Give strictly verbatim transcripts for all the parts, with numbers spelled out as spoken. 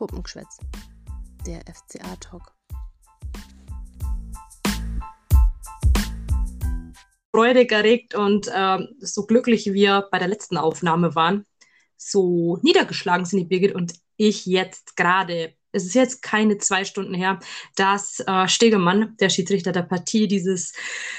Puppengeschwätz, der F C A-Talk. Freudig erregt und äh, so glücklich wie wir bei der letzten Aufnahme waren, so niedergeschlagen sind die Birgit und ich jetzt gerade. Es ist jetzt keine zwei Stunden her, dass äh, Stegemann, der Schiedsrichter der Partie, dieses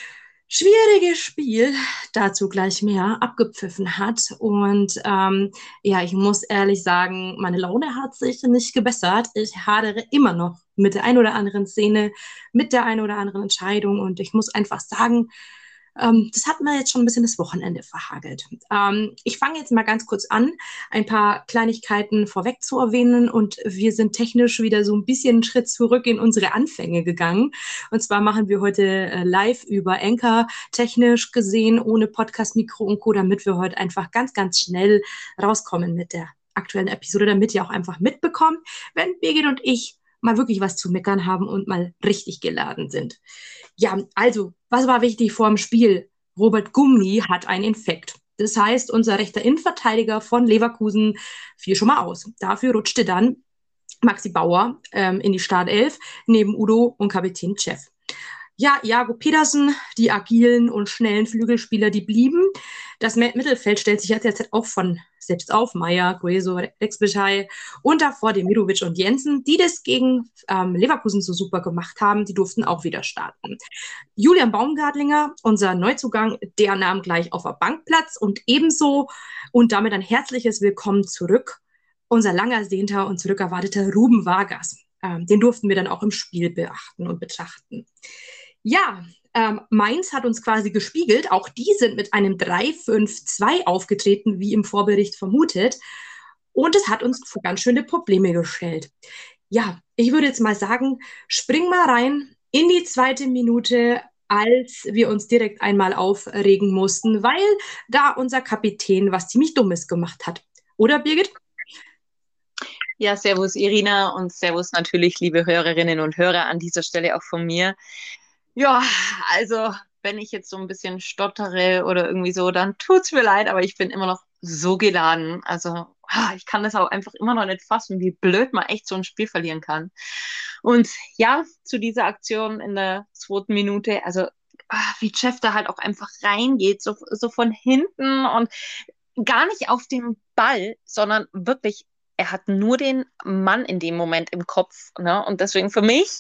schwierige Spiel, dazu gleich mehr, abgepfiffen hat. Und ähm, ja, ich muss ehrlich sagen, meine Laune hat sich nicht gebessert. Ich hadere immer noch mit der ein oder anderen Szene, mit der ein oder anderen Entscheidung. Und ich muss einfach sagen, ähm, das hat mir jetzt schon ein bisschen das Wochenende verhagelt. Ähm, ich fange jetzt mal ganz kurz an, ein paar Kleinigkeiten vorweg zu erwähnen und wir sind technisch wieder so ein bisschen einen Schritt zurück in unsere Anfänge gegangen. Und zwar machen wir heute äh, live über Anchor, technisch gesehen, ohne Podcast-Mikro und Co., damit wir heute einfach ganz, ganz schnell rauskommen mit der aktuellen Episode, damit ihr auch einfach mitbekommt, wenn Birgit und ich mal wirklich was zu meckern haben und mal richtig geladen sind. Ja, also, was war wichtig vor dem Spiel? Robert Gumni hat einen Infekt. Das heißt, unser rechter Innenverteidiger von Leverkusen fiel schon mal aus. Dafür rutschte dann Maxi Bauer ähm, in die Startelf neben Udo und Kapitän Cech. Ja, Iago Pedersen, die agilen und schnellen Flügelspieler, die blieben. Das Mittelfeld stellt sich jetzt, jetzt auch von selbst auf. Meier, Gueso, Rexbichai und davor Demirovic und Jensen, die das gegen ähm, Leverkusen so super gemacht haben, die durften auch wieder starten. Julian Baumgartlinger, unser Neuzugang, der nahm gleich auf der Bank Platz und ebenso und damit ein herzliches Willkommen zurück, unser lang ersehnter und zurückerwarteter Ruben Vargas. Ähm, den durften wir dann auch im Spiel beachten und betrachten. Ja, ähm, Mainz hat uns quasi gespiegelt. Auch die sind mit einem drei fünf zwei aufgetreten, wie im Vorbericht vermutet. Und es hat uns vor ganz schöne Probleme gestellt. Ja, ich würde jetzt mal sagen, spring mal rein in die zweite Minute, als wir uns direkt einmal aufregen mussten, weil da unser Kapitän was ziemlich Dummes gemacht hat. Oder, Birgit? Ja, servus Irina und servus natürlich liebe Hörerinnen und Hörer an dieser Stelle auch von mir. Ja, also wenn ich jetzt so ein bisschen stottere oder irgendwie so, dann tut's mir leid, aber ich bin immer noch so geladen. Also ich kann das auch einfach immer noch nicht fassen, wie blöd man echt so ein Spiel verlieren kann. Und ja, zu dieser Aktion in der zweiten Minute, also wie Jeff da halt auch einfach reingeht, so, so von hinten und gar nicht auf den Ball, sondern wirklich, er hat nur den Mann in dem Moment im Kopf. Ne? Und deswegen für mich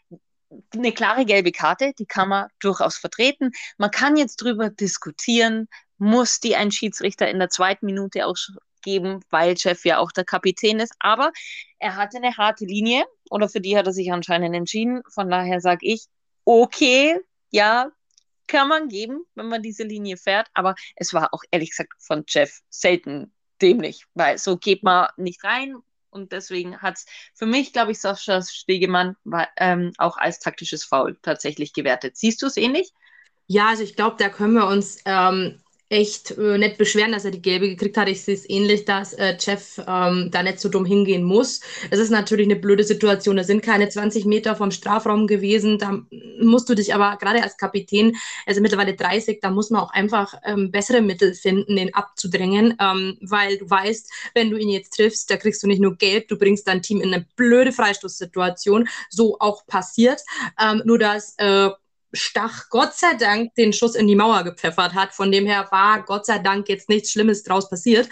eine klare gelbe Karte, die kann man durchaus vertreten. Man kann jetzt drüber diskutieren, muss die ein Schiedsrichter in der zweiten Minute ausgeben, weil Jeff ja auch der Kapitän ist. Aber er hatte eine harte Linie oder für die hat er sich anscheinend entschieden. Von daher sage ich, okay, ja, kann man geben, wenn man diese Linie fährt. Aber es war auch ehrlich gesagt von Jeff selten dämlich, weil so geht man nicht rein. Und deswegen hat es für mich, glaube ich, Sascha Stegemann war, ähm, auch als taktisches Foul tatsächlich gewertet. Siehst du es ähnlich? Ja, also ich glaube, da können wir uns ähm, echt äh, nicht beschweren, dass er die gelbe gekriegt hat. Ich sehe es ähnlich, dass äh, Jeff ähm, da nicht so dumm hingehen muss. Es ist natürlich eine blöde Situation. Da sind keine zwanzig Meter vom Strafraum gewesen. Da musst du dich aber gerade als Kapitän, also mittlerweile dreißig, da muss man auch einfach ähm, bessere Mittel finden, den abzudrängen, ähm, weil du weißt, wenn du ihn jetzt triffst, da kriegst du nicht nur gelb, du bringst dein Team in eine blöde Freistoßsituation. So auch passiert. Ähm, nur dass äh, Stach Gott sei Dank den Schuss in die Mauer gepfeffert hat. Von dem her war Gott sei Dank jetzt nichts Schlimmes draus passiert.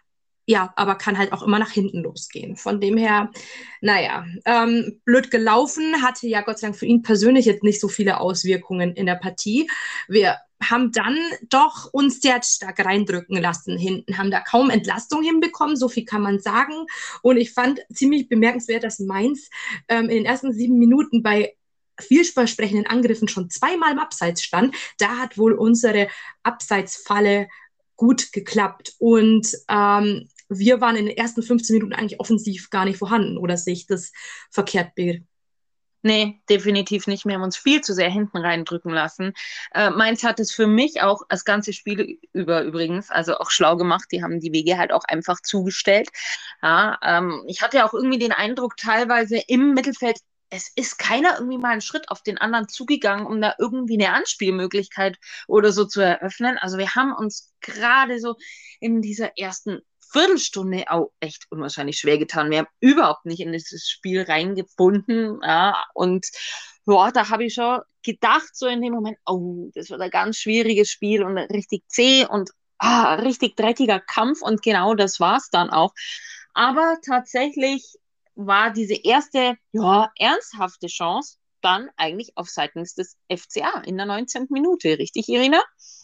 Ja, aber kann halt auch immer nach hinten losgehen. Von dem her, naja, ähm, blöd gelaufen, hatte ja Gott sei Dank für ihn persönlich jetzt nicht so viele Auswirkungen in der Partie. Wir haben dann doch uns sehr stark reindrücken lassen hinten, haben da kaum Entlastung hinbekommen, so viel kann man sagen. Und ich fand ziemlich bemerkenswert, dass Mainz ähm, in den ersten sieben Minuten bei vielversprechenden Angriffen schon zweimal im Abseits stand. Da hat wohl unsere Abseitsfalle gut geklappt. Und ähm, wir waren in den ersten fünfzehn Minuten eigentlich offensiv gar nicht vorhanden. Oder sehe ich das verkehrt, Bill? Nee, definitiv nicht. Wir haben uns viel zu sehr hinten reindrücken lassen. Äh, Mainz hat es für mich auch das ganze Spiel über übrigens, also auch schlau gemacht. Die haben die Wege halt auch einfach zugestellt. Ja, ähm, ich hatte auch irgendwie den Eindruck, teilweise im Mittelfeld, es ist keiner irgendwie mal einen Schritt auf den anderen zugegangen, um da irgendwie eine Anspielmöglichkeit oder so zu eröffnen. Also wir haben uns gerade so in dieser ersten Viertelstunde auch echt unwahrscheinlich schwer getan. Wir haben überhaupt nicht in dieses Spiel reingefunden. Ja, und boah, da habe ich schon gedacht, so in dem Moment, oh, das wird ein ganz schwieriges Spiel und richtig zäh und ah, richtig dreckiger Kampf. Und genau das war es dann auch. Aber tatsächlich war diese erste, ja, ernsthafte Chance dann eigentlich auf Seiten des F C A in der neunzehnten Minute. Richtig, Irina?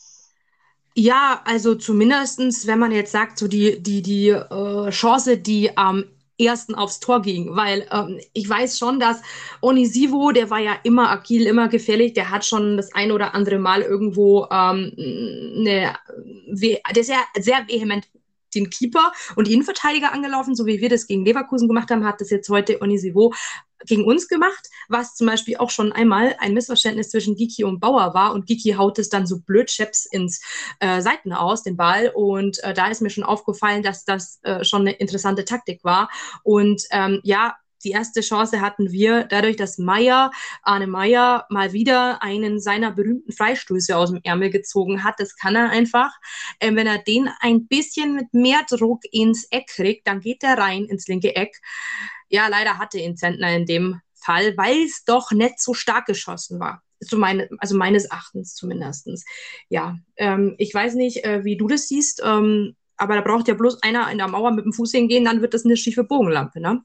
Ja, also zumindestens, wenn man jetzt sagt, so die, die, die äh, Chance, die am ersten aufs Tor ging, weil ähm, ich weiß schon, dass Onisivo, der war ja immer agil, immer gefährlich, der hat schon das ein oder andere Mal irgendwo ähm, eine, der ist ja sehr vehement den Keeper und die Innenverteidiger angelaufen, so wie wir das gegen Leverkusen gemacht haben, hat das jetzt heute Onisivo gegen uns gemacht, was zum Beispiel auch schon einmal ein Missverständnis zwischen Giki und Bauer war und Giki haut es dann so blöd Scheps ins äh, Seiten aus, den Ball und äh, da ist mir schon aufgefallen, dass das äh, schon eine interessante Taktik war und ähm, ja, die erste Chance hatten wir dadurch, dass Meier, Arne Meier mal wieder einen seiner berühmten Freistöße aus dem Ärmel gezogen hat. Das kann er einfach. Ähm, wenn er den ein bisschen mit mehr Druck ins Eck kriegt, dann geht er rein ins linke Eck. Ja, leider hatte ihn Zentner in dem Fall, weil es doch nicht so stark geschossen war. So meine, also meines Erachtens zumindest. Ja, ähm, ich weiß nicht, äh, wie du das siehst, ähm, aber da braucht ja bloß einer in der Mauer mit dem Fuß hingehen, dann wird das eine schiefe Bogenlampe, ne?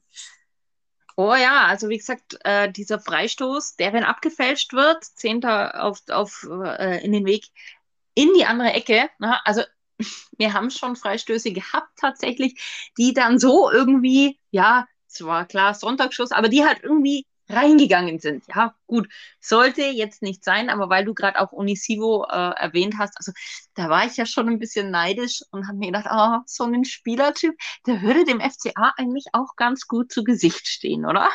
Oh ja, also wie gesagt, äh, dieser Freistoß, der, wenn abgefälscht wird, Zehnter auf, auf, äh, in den Weg in die andere Ecke. Na, also wir haben schon Freistöße gehabt tatsächlich, die dann so irgendwie, ja, zwar klar Sonntagsschuss, aber die halt irgendwie reingegangen sind. Ja, gut, sollte jetzt nicht sein, aber weil du gerade auch Onisivo äh, erwähnt hast, also da war ich ja schon ein bisschen neidisch und habe mir gedacht, oh, so ein Spielertyp, der würde dem F C A eigentlich auch ganz gut zu Gesicht stehen, oder?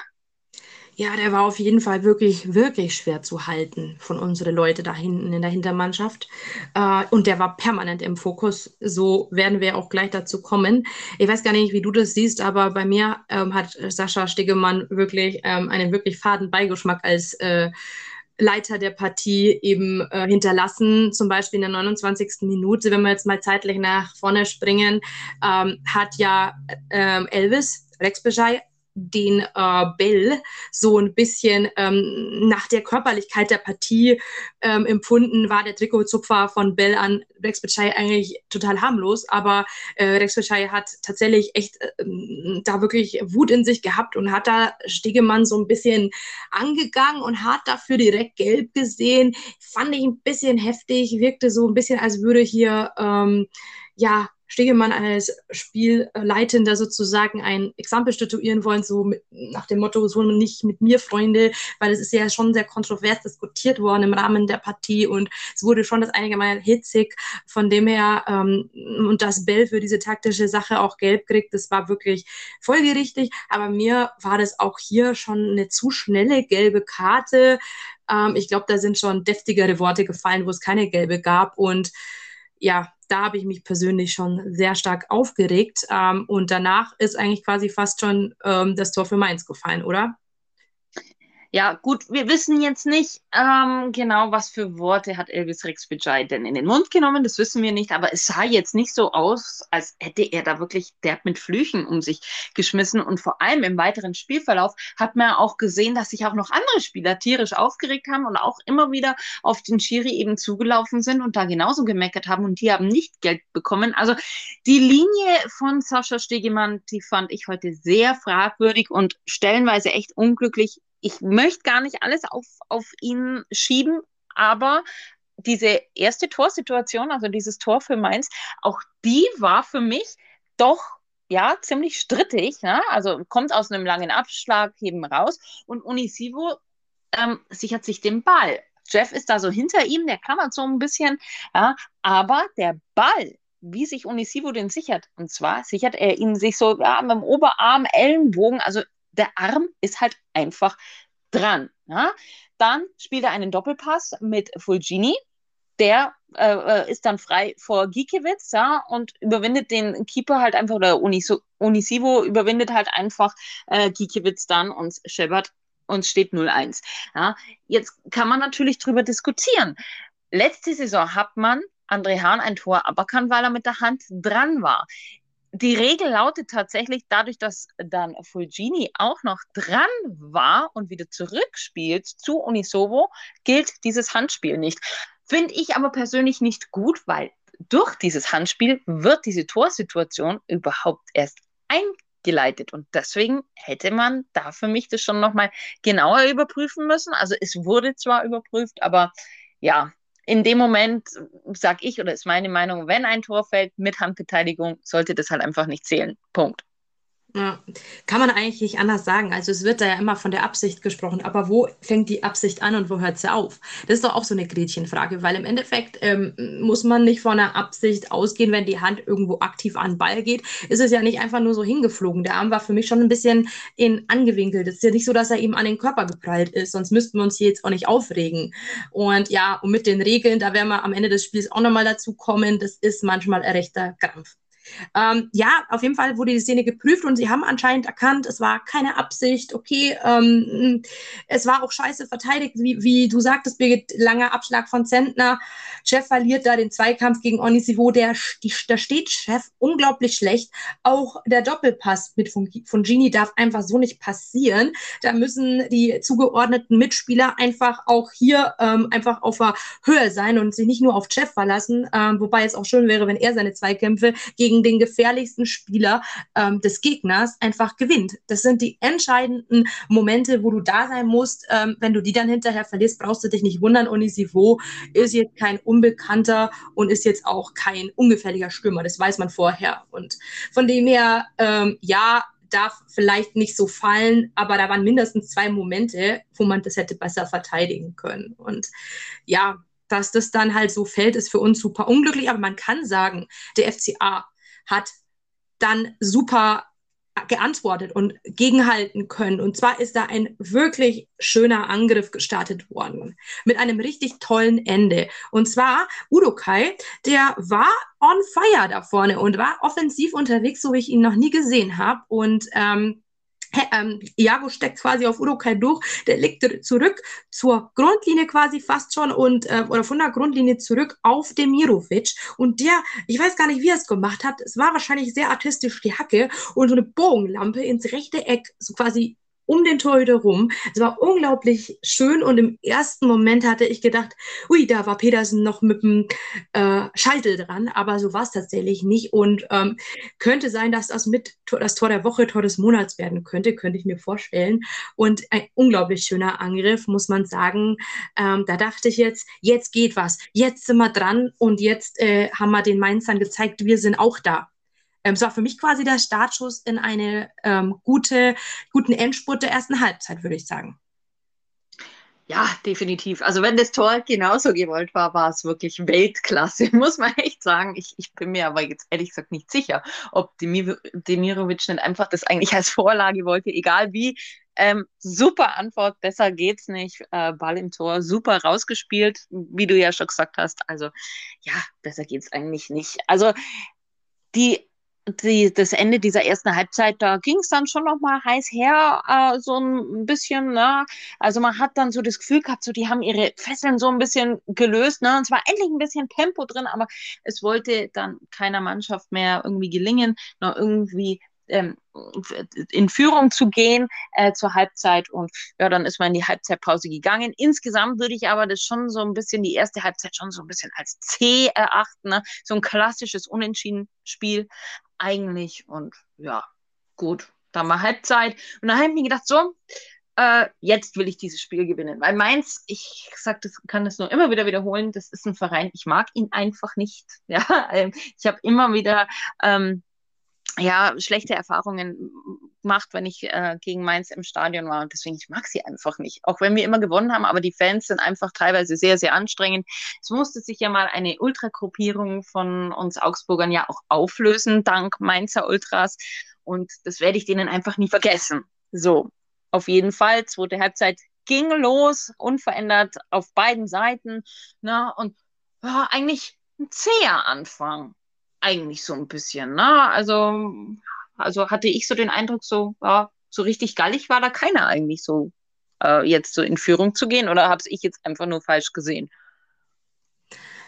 Ja, der war auf jeden Fall wirklich, wirklich schwer zu halten von unseren Leuten da hinten in der Hintermannschaft. Äh, und der war permanent im Fokus. So werden wir auch gleich dazu kommen. Ich weiß gar nicht, wie du das siehst, aber bei mir ähm, hat Sascha Stegemann wirklich ähm, einen wirklich faden Beigeschmack als äh, Leiter der Partie eben äh, hinterlassen. Zum Beispiel in der neunundzwanzigsten Minute, wenn wir jetzt mal zeitlich nach vorne springen, ähm, hat ja ähm, Elvis Rex Bejai den äh, Bell so ein bisschen ähm, nach der Körperlichkeit der Partie ähm, empfunden, war der Trikotzupfer von Bell an Rex Bejai eigentlich total harmlos, aber äh, Rex Bejai hat tatsächlich echt äh, da wirklich Wut in sich gehabt und hat da Stegemann so ein bisschen angegangen und hat dafür direkt gelb gesehen. Fand ich ein bisschen heftig, wirkte so ein bisschen, als würde hier ähm, ja Stegemann als Spielleitender sozusagen ein Exempel statuieren wollen, so mit, nach dem Motto, so nicht mit mir, Freunde, weil es ist ja schon sehr kontrovers diskutiert worden im Rahmen der Partie und es wurde schon das einige Mal hitzig, von dem her ähm, und dass Bell für diese taktische Sache auch gelb kriegt, das war wirklich folgerichtig, aber mir war das auch hier schon eine zu schnelle gelbe Karte. Ähm, ich glaube, da sind schon deftigere Worte gefallen, wo es keine gelbe gab und ja, da habe ich mich persönlich schon sehr stark aufgeregt. Ähm, und danach ist eigentlich quasi fast schon ähm, das Tor für Mainz gefallen, oder? Ja, gut, wir wissen jetzt nicht ähm, genau, was für Worte hat Elvis Rex Bejai denn in den Mund genommen, das wissen wir nicht, aber es sah jetzt nicht so aus, als hätte er da wirklich derb mit Flüchen um sich geschmissen und vor allem im weiteren Spielverlauf hat man auch gesehen, dass sich auch noch andere Spieler tierisch aufgeregt haben und auch immer wieder auf den Schiri eben zugelaufen sind und da genauso gemeckert haben und die haben nicht Geld bekommen. Also die Linie von Sascha Stegemann, die fand ich heute sehr fragwürdig und stellenweise echt unglücklich. Ich möchte gar nicht alles auf, auf ihn schieben, aber diese erste Torsituation, also dieses Tor für Mainz, auch die war für mich doch ja ziemlich strittig. Ne? Also kommt aus einem langen Abschlag eben raus und Onisivo ähm, sichert sich den Ball. Jeff ist da so hinter ihm, der klammert so ein bisschen, ja, aber der Ball, wie sich Onisivo den sichert, und zwar sichert er ihn sich so ja, mit dem Oberarm, Ellenbogen, also der Arm ist halt einfach dran. Ja? Dann spielt er einen Doppelpass mit Fulgini. Der äh, ist dann frei vor Gikiewicz ja, und überwindet den Keeper halt einfach, oder Uniso, Onisivo überwindet halt einfach äh, Gikiewicz dann und scheppert und steht null eins. Ja? Jetzt kann man natürlich drüber diskutieren. Letzte Saison hat man André Hahn ein Tor aberkannt, weil er mit der Hand dran war. die Regel lautet tatsächlich, dadurch, dass dann Fulgini auch noch dran war und wieder zurückspielt zu Unisovo, gilt dieses Handspiel nicht. Finde ich aber persönlich nicht gut, weil durch dieses Handspiel wird diese Torsituation überhaupt erst eingeleitet. Und deswegen hätte man da für mich das schon nochmal genauer überprüfen müssen. Also es wurde zwar überprüft, aber ja, in dem Moment sage ich, oder ist meine Meinung, wenn ein Tor fällt mit Handbeteiligung, sollte das halt einfach nicht zählen. Punkt. Ja, kann man eigentlich nicht anders sagen. Also es wird da ja immer von der Absicht gesprochen, aber wo fängt die Absicht an und wo hört sie auf? Das ist doch auch so eine Gretchenfrage, weil im Endeffekt ähm, muss man nicht von einer Absicht ausgehen, wenn die Hand irgendwo aktiv an den Ball geht. Ist es ja nicht einfach nur so hingeflogen. Der Arm war für mich schon ein bisschen in angewinkelt. Es ist ja nicht so, dass er ihm an den Körper geprallt ist, sonst müssten wir uns hier jetzt auch nicht aufregen. Und ja, und mit den Regeln, da werden wir am Ende des Spiels auch nochmal dazu kommen, das ist manchmal ein rechter Krampf. Ähm, ja, auf jeden Fall wurde die Szene geprüft und sie haben anscheinend erkannt, es war keine Absicht, okay, ähm, es war auch scheiße verteidigt, wie, wie du sagtest, Birgit, langer Abschlag von Zentner. Chef verliert da den Zweikampf gegen Onisivo, der, die, da steht Chef unglaublich schlecht. Auch der Doppelpass mit Fulgini darf einfach so nicht passieren. Da müssen die zugeordneten Mitspieler einfach auch hier ähm, einfach auf der Höhe sein und sich nicht nur auf Chef verlassen, ähm, wobei es auch schön wäre, wenn er seine Zweikämpfe gegen den gefährlichsten Spieler ähm, des Gegners einfach gewinnt. Das sind die entscheidenden Momente, wo du da sein musst. Ähm, wenn du die dann hinterher verlierst, brauchst du dich nicht wundern. Onisivo ist jetzt kein Unbekannter und ist jetzt auch kein ungefährlicher Stürmer. Das weiß man vorher. Und von dem her, ähm, ja, darf vielleicht nicht so fallen, aber da waren mindestens zwei Momente, wo man das hätte besser verteidigen können. Und ja, dass das dann halt so fällt, ist für uns super unglücklich. Aber man kann sagen, der F C A hat dann super geantwortet und gegenhalten können. Und zwar ist da ein wirklich schöner Angriff gestartet worden mit einem richtig tollen Ende. Und zwar Udokai, der war on fire da vorne und war offensiv unterwegs, so wie ich ihn noch nie gesehen habe. Und ähm, Ähm, Iago steckt quasi auf Udokai durch, der legt zurück zur Grundlinie quasi fast schon und äh, oder von der Grundlinie zurück auf Demirovic und der, ich weiß gar nicht, wie er es gemacht hat, es war wahrscheinlich sehr artistisch die Hacke und so eine Bogenlampe ins rechte Eck, so quasi um den Torhüter rum. Es war unglaublich schön und im ersten Moment hatte ich gedacht, ui, da war Petersen noch mit dem äh, Scheitel dran, aber so war es tatsächlich nicht und ähm, könnte sein, dass das mit das Tor der Woche, Tor des Monats werden könnte, könnte ich mir vorstellen. Und ein unglaublich schöner Angriff, muss man sagen. Ähm, da dachte ich jetzt, jetzt geht was, jetzt sind wir dran und jetzt äh, haben wir den Mainzern gezeigt, wir sind auch da. Ähm, es war für mich quasi der Startschuss in eine ähm, gute, guten Endspurt der ersten Halbzeit, würde ich sagen. Ja, definitiv. Also wenn das Tor genauso gewollt war, war es wirklich Weltklasse, muss man echt sagen. Ich, ich bin mir aber jetzt ehrlich gesagt nicht sicher, ob Demir Demirovic nicht einfach das eigentlich als Vorlage wollte, egal wie. Ähm, super Antwort, besser geht's nicht. Äh, Ball im Tor, super rausgespielt, wie du ja schon gesagt hast. Also ja, besser geht's eigentlich nicht. Also die die, das Ende dieser ersten Halbzeit, da ging es dann schon noch mal heiß her, äh, so ein bisschen, ne? Also man hat dann so das Gefühl gehabt, so die haben ihre Fesseln so ein bisschen gelöst, ne? Und es war endlich ein bisschen Tempo drin, aber es wollte dann keiner Mannschaft mehr irgendwie gelingen, noch irgendwie ähm, in Führung zu gehen äh, zur Halbzeit und ja, dann ist man in die Halbzeitpause gegangen. Insgesamt würde ich aber das schon so ein bisschen, die erste Halbzeit schon so ein bisschen als zäh erachten, ne? So ein klassisches Unentschieden-Spiel eigentlich und ja, gut, dann war Halbzeit und dann habe ich mir gedacht, so, äh, jetzt will ich dieses Spiel gewinnen, weil Mainz, ich sag, das kann das nur immer wieder wiederholen, das ist ein Verein, ich mag ihn einfach nicht, ja, ähm, ich habe immer wieder ähm, ja, schlechte Erfahrungen gemacht, wenn ich äh, gegen Mainz im Stadion war. Und deswegen, ich mag sie einfach nicht. Auch wenn wir immer gewonnen haben, aber die Fans sind einfach teilweise sehr, sehr anstrengend. Es musste sich ja mal eine Ultragruppierung von uns Augsburgern ja auch auflösen, dank Mainzer Ultras. Und das werde ich denen einfach nie vergessen. So, auf jeden Fall, zweite Halbzeit ging los, unverändert auf beiden Seiten. Na, und ja, eigentlich ein zäher Anfang. Eigentlich so ein bisschen, ne? Also, also hatte ich so den Eindruck, so, ja, so richtig gallig war da keiner eigentlich so, äh, jetzt so in Führung zu gehen, oder habe ich jetzt einfach nur falsch gesehen?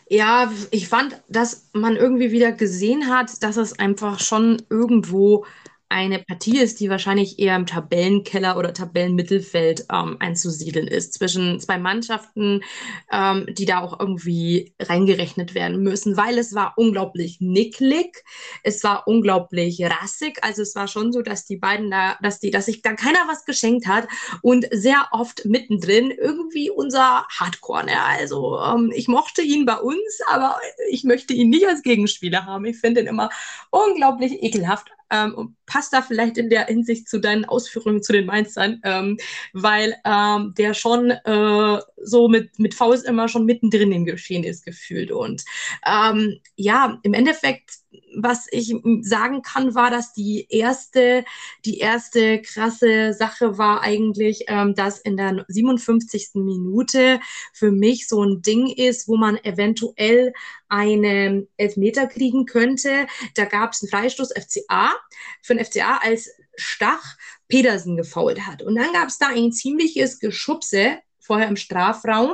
Ja, ich fand, dass man irgendwie wieder gesehen hat, dass es einfach schon irgendwo eine Partie ist, die wahrscheinlich eher im Tabellenkeller oder Tabellenmittelfeld ähm, einzusiedeln ist, zwischen zwei Mannschaften, ähm, die da auch irgendwie reingerechnet werden müssen, weil es war unglaublich nicklig, es war unglaublich rassig, also es war schon so, dass die beiden da, dass die, dass sich da keiner was geschenkt hat und sehr oft mittendrin irgendwie unser Hardcore. Ne? Also ähm, ich mochte ihn bei uns, aber ich möchte ihn nicht als Gegenspieler haben. Ich finde ihn immer unglaublich ekelhaft. Ähm, und passt da vielleicht in der Hinsicht zu deinen Ausführungen zu den Mainzern, ähm, weil ähm, der schon äh, so mit, mit Faust immer schon mittendrin im Geschehen ist, gefühlt. Und ähm, ja, im Endeffekt, was ich sagen kann, war, dass die erste, die erste krasse Sache war eigentlich, ähm, dass in der siebenundfünfzigsten Minute für mich so ein Ding ist, wo man eventuell einen Elfmeter kriegen könnte. Da gab es einen Freistoß F C A für den F C A, als Stach Pedersen gefoult hat. Und dann gab es da ein ziemliches Geschubse vorher im Strafraum.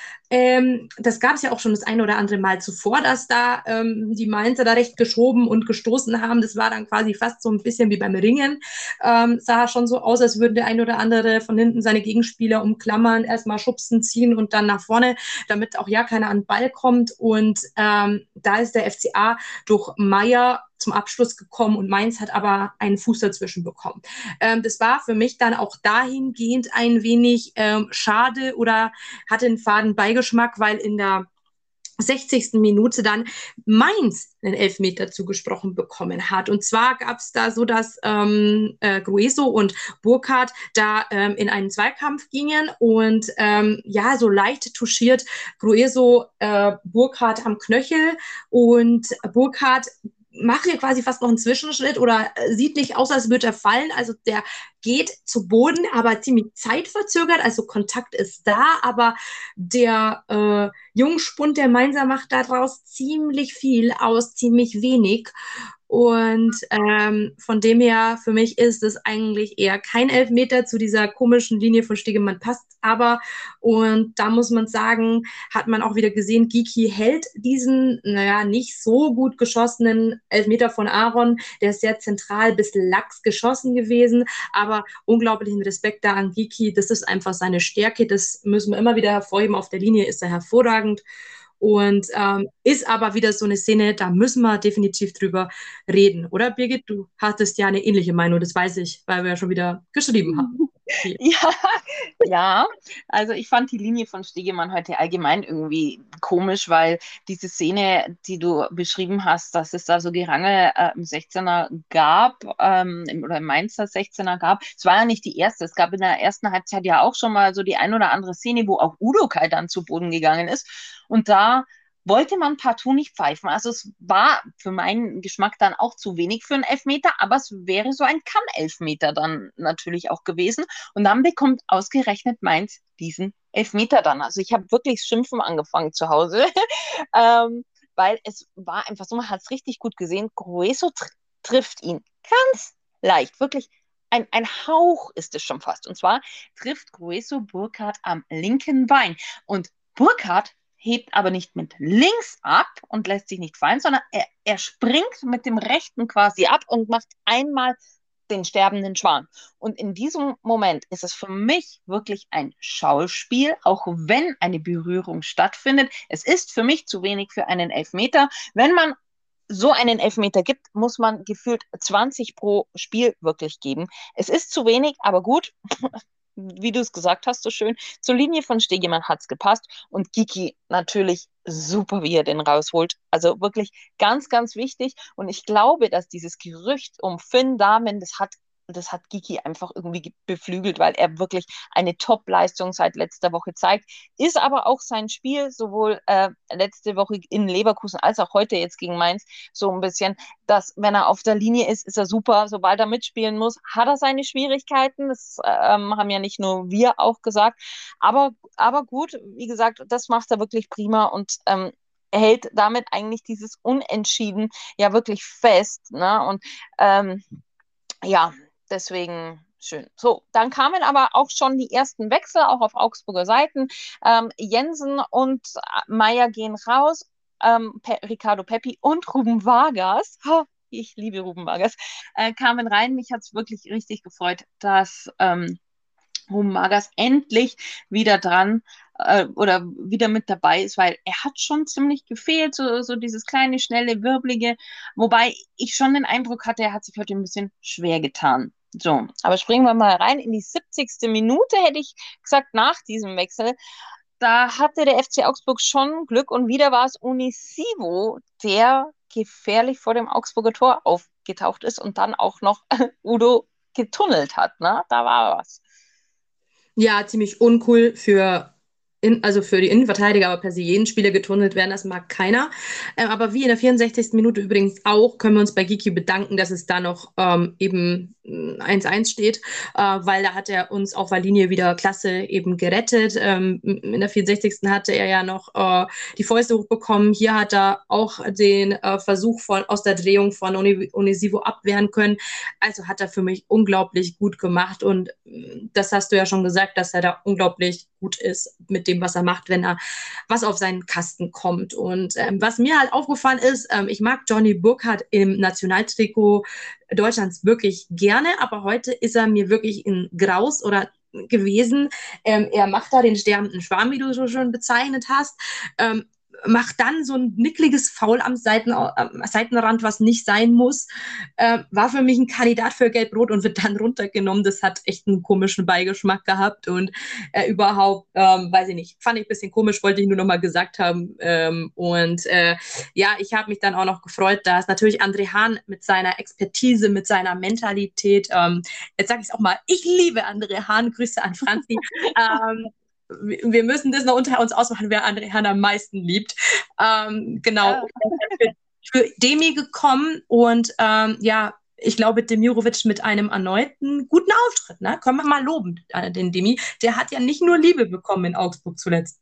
Ähm, das gab es ja auch schon das ein oder andere Mal zuvor, dass da ähm, die Mainzer da recht geschoben und gestoßen haben. Das war dann quasi fast so ein bisschen wie beim Ringen. Ähm, sah schon so aus, als würde der ein oder andere von hinten seine Gegenspieler umklammern, erstmal schubsen, ziehen und dann nach vorne, damit auch ja keiner an den Ball kommt. Und ähm, da ist der F C A durch Meier zum Abschluss gekommen und Mainz hat aber einen Fuß dazwischen bekommen. Ähm, das war für mich dann auch dahingehend ein wenig ähm, schade oder hatte einen faden Beigeschmack, weil in der sechzigsten Minute dann Mainz einen Elfmeter zugesprochen bekommen hat. Und zwar gab es da so, dass ähm, äh, Grueso und Burkhardt da ähm, in einen Zweikampf gingen und ähm, ja, so leicht touchiert Grueso äh, Burkhardt am Knöchel und Burkhardt macht hier quasi fast noch einen Zwischenschritt oder sieht nicht aus, als würde er fallen. Also der geht zu Boden, aber ziemlich zeitverzögert. Also Kontakt ist da, aber der äh, Jungspund der Mainzer macht daraus ziemlich viel aus, ziemlich wenig. Und ähm, von dem her, für mich ist es eigentlich eher kein Elfmeter. Zu dieser komischen Linie von Stegemann passt aber. Und da muss man sagen, hat man auch wieder gesehen, Giki hält diesen, naja, nicht so gut geschossenen Elfmeter von Aaron. Der ist sehr zentral, bis lax geschossen gewesen. Aber unglaublichen Respekt da an Giki. Das ist einfach seine Stärke. Das müssen wir immer wieder hervorheben. Auf der Linie ist er hervorragend. Und ähm, ist aber wieder so eine Szene, da müssen wir definitiv drüber reden. Oder Birgit, du hattest ja eine ähnliche Meinung, das weiß ich, weil wir ja schon wieder geschrieben haben. Hier. Ja, ja, also ich fand die Linie von Stegemann heute allgemein irgendwie komisch, weil diese Szene, die du beschrieben hast, dass es da so Gerangel äh, im sechzehner gab, ähm, im, oder im Mainzer sechzehner gab, es war ja nicht die erste. Es gab in der ersten Halbzeit ja auch schon mal so die ein oder andere Szene, wo auch Udokai dann zu Boden gegangen ist. Und da wollte man partout nicht pfeifen. Also es war für meinen Geschmack dann auch zu wenig für einen Elfmeter, aber es wäre so ein Kann-Elfmeter dann natürlich auch gewesen. Und dann bekommt ausgerechnet Mainz diesen Elfmeter dann. Also ich habe wirklich Schimpfen angefangen zu Hause, ähm, weil es war einfach so, man hat es richtig gut gesehen, Grueso tr trifft ihn ganz leicht, wirklich ein, ein Hauch ist es schon fast. Und zwar trifft Grueso Burkhardt am linken Bein. Und Burkhardt hebt aber nicht mit links ab und lässt sich nicht fallen, sondern er, er springt mit dem rechten quasi ab und macht einmal den sterbenden Schwan. Und in diesem Moment ist es für mich wirklich ein Schauspiel, auch wenn eine Berührung stattfindet. Es ist für mich zu wenig für einen Elfmeter. Wenn man so einen Elfmeter gibt, muss man gefühlt zwanzig pro Spiel wirklich geben. Es ist zu wenig, aber gut. Wie du es gesagt hast, so schön, zur Linie von Stegemann hat es gepasst und Giki natürlich super, wie er den rausholt. Also wirklich ganz, ganz wichtig und ich glaube, dass dieses Gerücht um Finn Dahmen, das hat das hat Giki einfach irgendwie beflügelt, weil er wirklich eine Top-Leistung seit letzter Woche zeigt. Ist aber auch sein Spiel, sowohl äh, letzte Woche in Leverkusen als auch heute jetzt gegen Mainz, so ein bisschen, dass wenn er auf der Linie ist, ist er super. Sobald er mitspielen muss, hat er seine Schwierigkeiten. Das ähm, haben ja nicht nur wir auch gesagt. Aber, aber gut, wie gesagt, das macht er wirklich prima und ähm, er hält damit eigentlich dieses Unentschieden ja wirklich fest. Ne? Und ähm, ja, deswegen schön. So, dann kamen aber auch schon die ersten Wechsel, auch auf Augsburger Seiten. Ähm, Jensen und Meier gehen raus. ähm, Pe Ricardo Pepi und Ruben Vargas, ha, ich liebe Ruben Vargas, äh, kamen rein. Mich hat es wirklich richtig gefreut, dass ähm, Ruben Vargas endlich wieder dran äh, oder wieder mit dabei ist, weil er hat schon ziemlich gefehlt, so, so dieses kleine, schnelle, wirbelige, wobei ich schon den Eindruck hatte, er hat sich heute ein bisschen schwer getan. So, aber springen wir mal rein in die siebzigste Minute, hätte ich gesagt, nach diesem Wechsel. Da hatte der F C Augsburg schon Glück und wieder war es Unisivo, der gefährlich vor dem Augsburger Tor aufgetaucht ist und dann auch noch Udo getunnelt hat. Ne? Da war was. Ja, ziemlich uncool für, in, also für die Innenverteidiger, aber per se jeden Spieler getunnelt werden, das mag keiner. Ähm, aber wie in der vierundsechzigsten Minute übrigens auch, können wir uns bei Giki bedanken, dass es da noch ähm, eben eins eins steht, äh, weil da hat er uns auf der Linie wieder klasse eben gerettet. Ähm, in der vierundsechzigsten hatte er ja noch äh, die Fäuste hochbekommen. Hier hat er auch den äh, Versuch von, aus der Drehung von Onisivo abwehren können. Also hat er für mich unglaublich gut gemacht und das hast du ja schon gesagt, dass er da unglaublich gut ist mit dem, was er macht, wenn er was auf seinen Kasten kommt. Und ähm, was mir halt aufgefallen ist, ähm, ich mag Johnny Burkhardt im Nationaltrikot Deutschlands wirklich gerne, aber heute ist er mir wirklich in Graus oder gewesen. Ähm, er macht da den sterbenden Schwarm, wie du so schon bezeichnet hast. Ähm, macht dann so ein nickliges Foul am, Seiten, am Seitenrand, was nicht sein muss. Äh, war für mich ein Kandidat für Gelb-Rot und wird dann runtergenommen. Das hat echt einen komischen Beigeschmack gehabt und äh, überhaupt, ähm, weiß ich nicht, fand ich ein bisschen komisch, wollte ich nur noch mal gesagt haben. Ähm, und äh, ja, ich habe mich dann auch noch gefreut, dass natürlich André Hahn mit seiner Expertise, mit seiner Mentalität, ähm, jetzt sage ich es auch mal, ich liebe André Hahn, Grüße an Franzi, ähm, wir müssen das noch unter uns ausmachen, wer André Hahn am meisten liebt. Ähm, genau, Ja. für, für Demi gekommen und ähm, ja, ich glaube, Demirovic mit einem erneuten guten Auftritt, ne? Können wir mal loben, äh, den Demi. Der hat ja nicht nur Liebe bekommen in Augsburg zuletzt.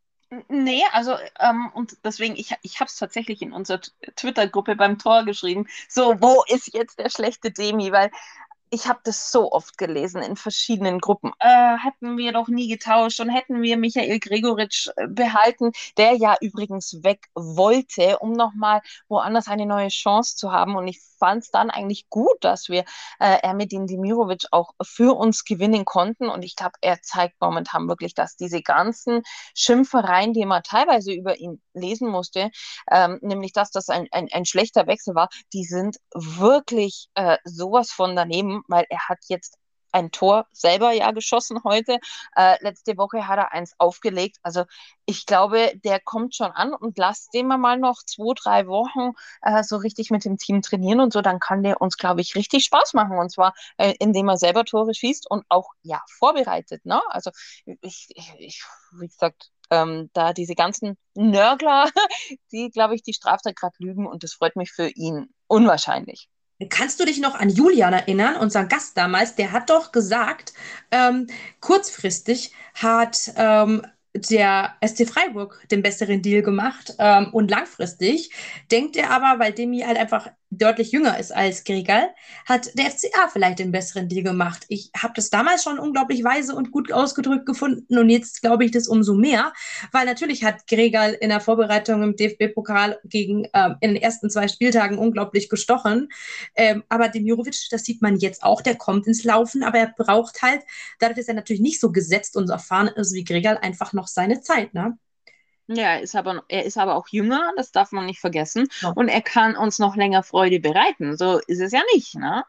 Nee, also, ähm, und deswegen, ich, ich habe es tatsächlich in unserer Twitter-Gruppe beim Tor geschrieben. So, wo ist jetzt der schlechte Demi? Weil ich habe das so oft gelesen in verschiedenen Gruppen. Äh, hätten wir doch nie getauscht und hätten wir Michael Gregoritsch äh, behalten, der ja übrigens weg wollte, um nochmal woanders eine neue Chance zu haben. Und ich fand es dann eigentlich gut, dass wir äh, Ermedin Demirovic auch für uns gewinnen konnten. Und ich glaube, er zeigt momentan wirklich, dass diese ganzen Schimpfereien, die man teilweise über ihn lesen musste, ähm, nämlich dass das ein, ein, ein schlechter Wechsel war, die sind wirklich äh, sowas von daneben, weil er hat jetzt ein Tor selber ja geschossen heute. Äh, letzte Woche hat er eins aufgelegt. Also ich glaube, der kommt schon an und lasst den mal noch zwei, drei Wochen äh, so richtig mit dem Team trainieren und so, dann kann der uns, glaube ich, richtig Spaß machen. Und zwar, äh, indem er selber Tore schießt und auch ja vorbereitet. Ne? Also ich, ich, ich wie gesagt, ähm, da diese ganzen Nörgler, die, glaube ich, die Straftat gerade lügen und das freut mich für ihn unwahrscheinlich. Kannst du dich noch an Julian erinnern, unseren Gast damals? Der hat doch gesagt, ähm, kurzfristig hat ähm, der S C Freiburg den besseren Deal gemacht ähm, und langfristig denkt er aber, weil Demi halt einfach deutlich jünger ist als Gregal, hat der F C A vielleicht den besseren Deal gemacht. Ich habe das damals schon unglaublich weise und gut ausgedrückt gefunden und jetzt glaube ich das umso mehr, weil natürlich hat Gregal in der Vorbereitung im D F B-Pokal gegen ähm, in den ersten zwei Spieltagen unglaublich gestochen. Ähm, aber Demirovic, das sieht man jetzt auch, der kommt ins Laufen, aber er braucht halt, dadurch, dass er natürlich nicht so gesetzt und so erfahren ist wie Gregal, einfach noch seine Zeit, ne? Ja, er ist aber, er ist aber auch jünger, das darf man nicht vergessen. Ja. Und er kann uns noch länger Freude bereiten. So ist es ja nicht, ne?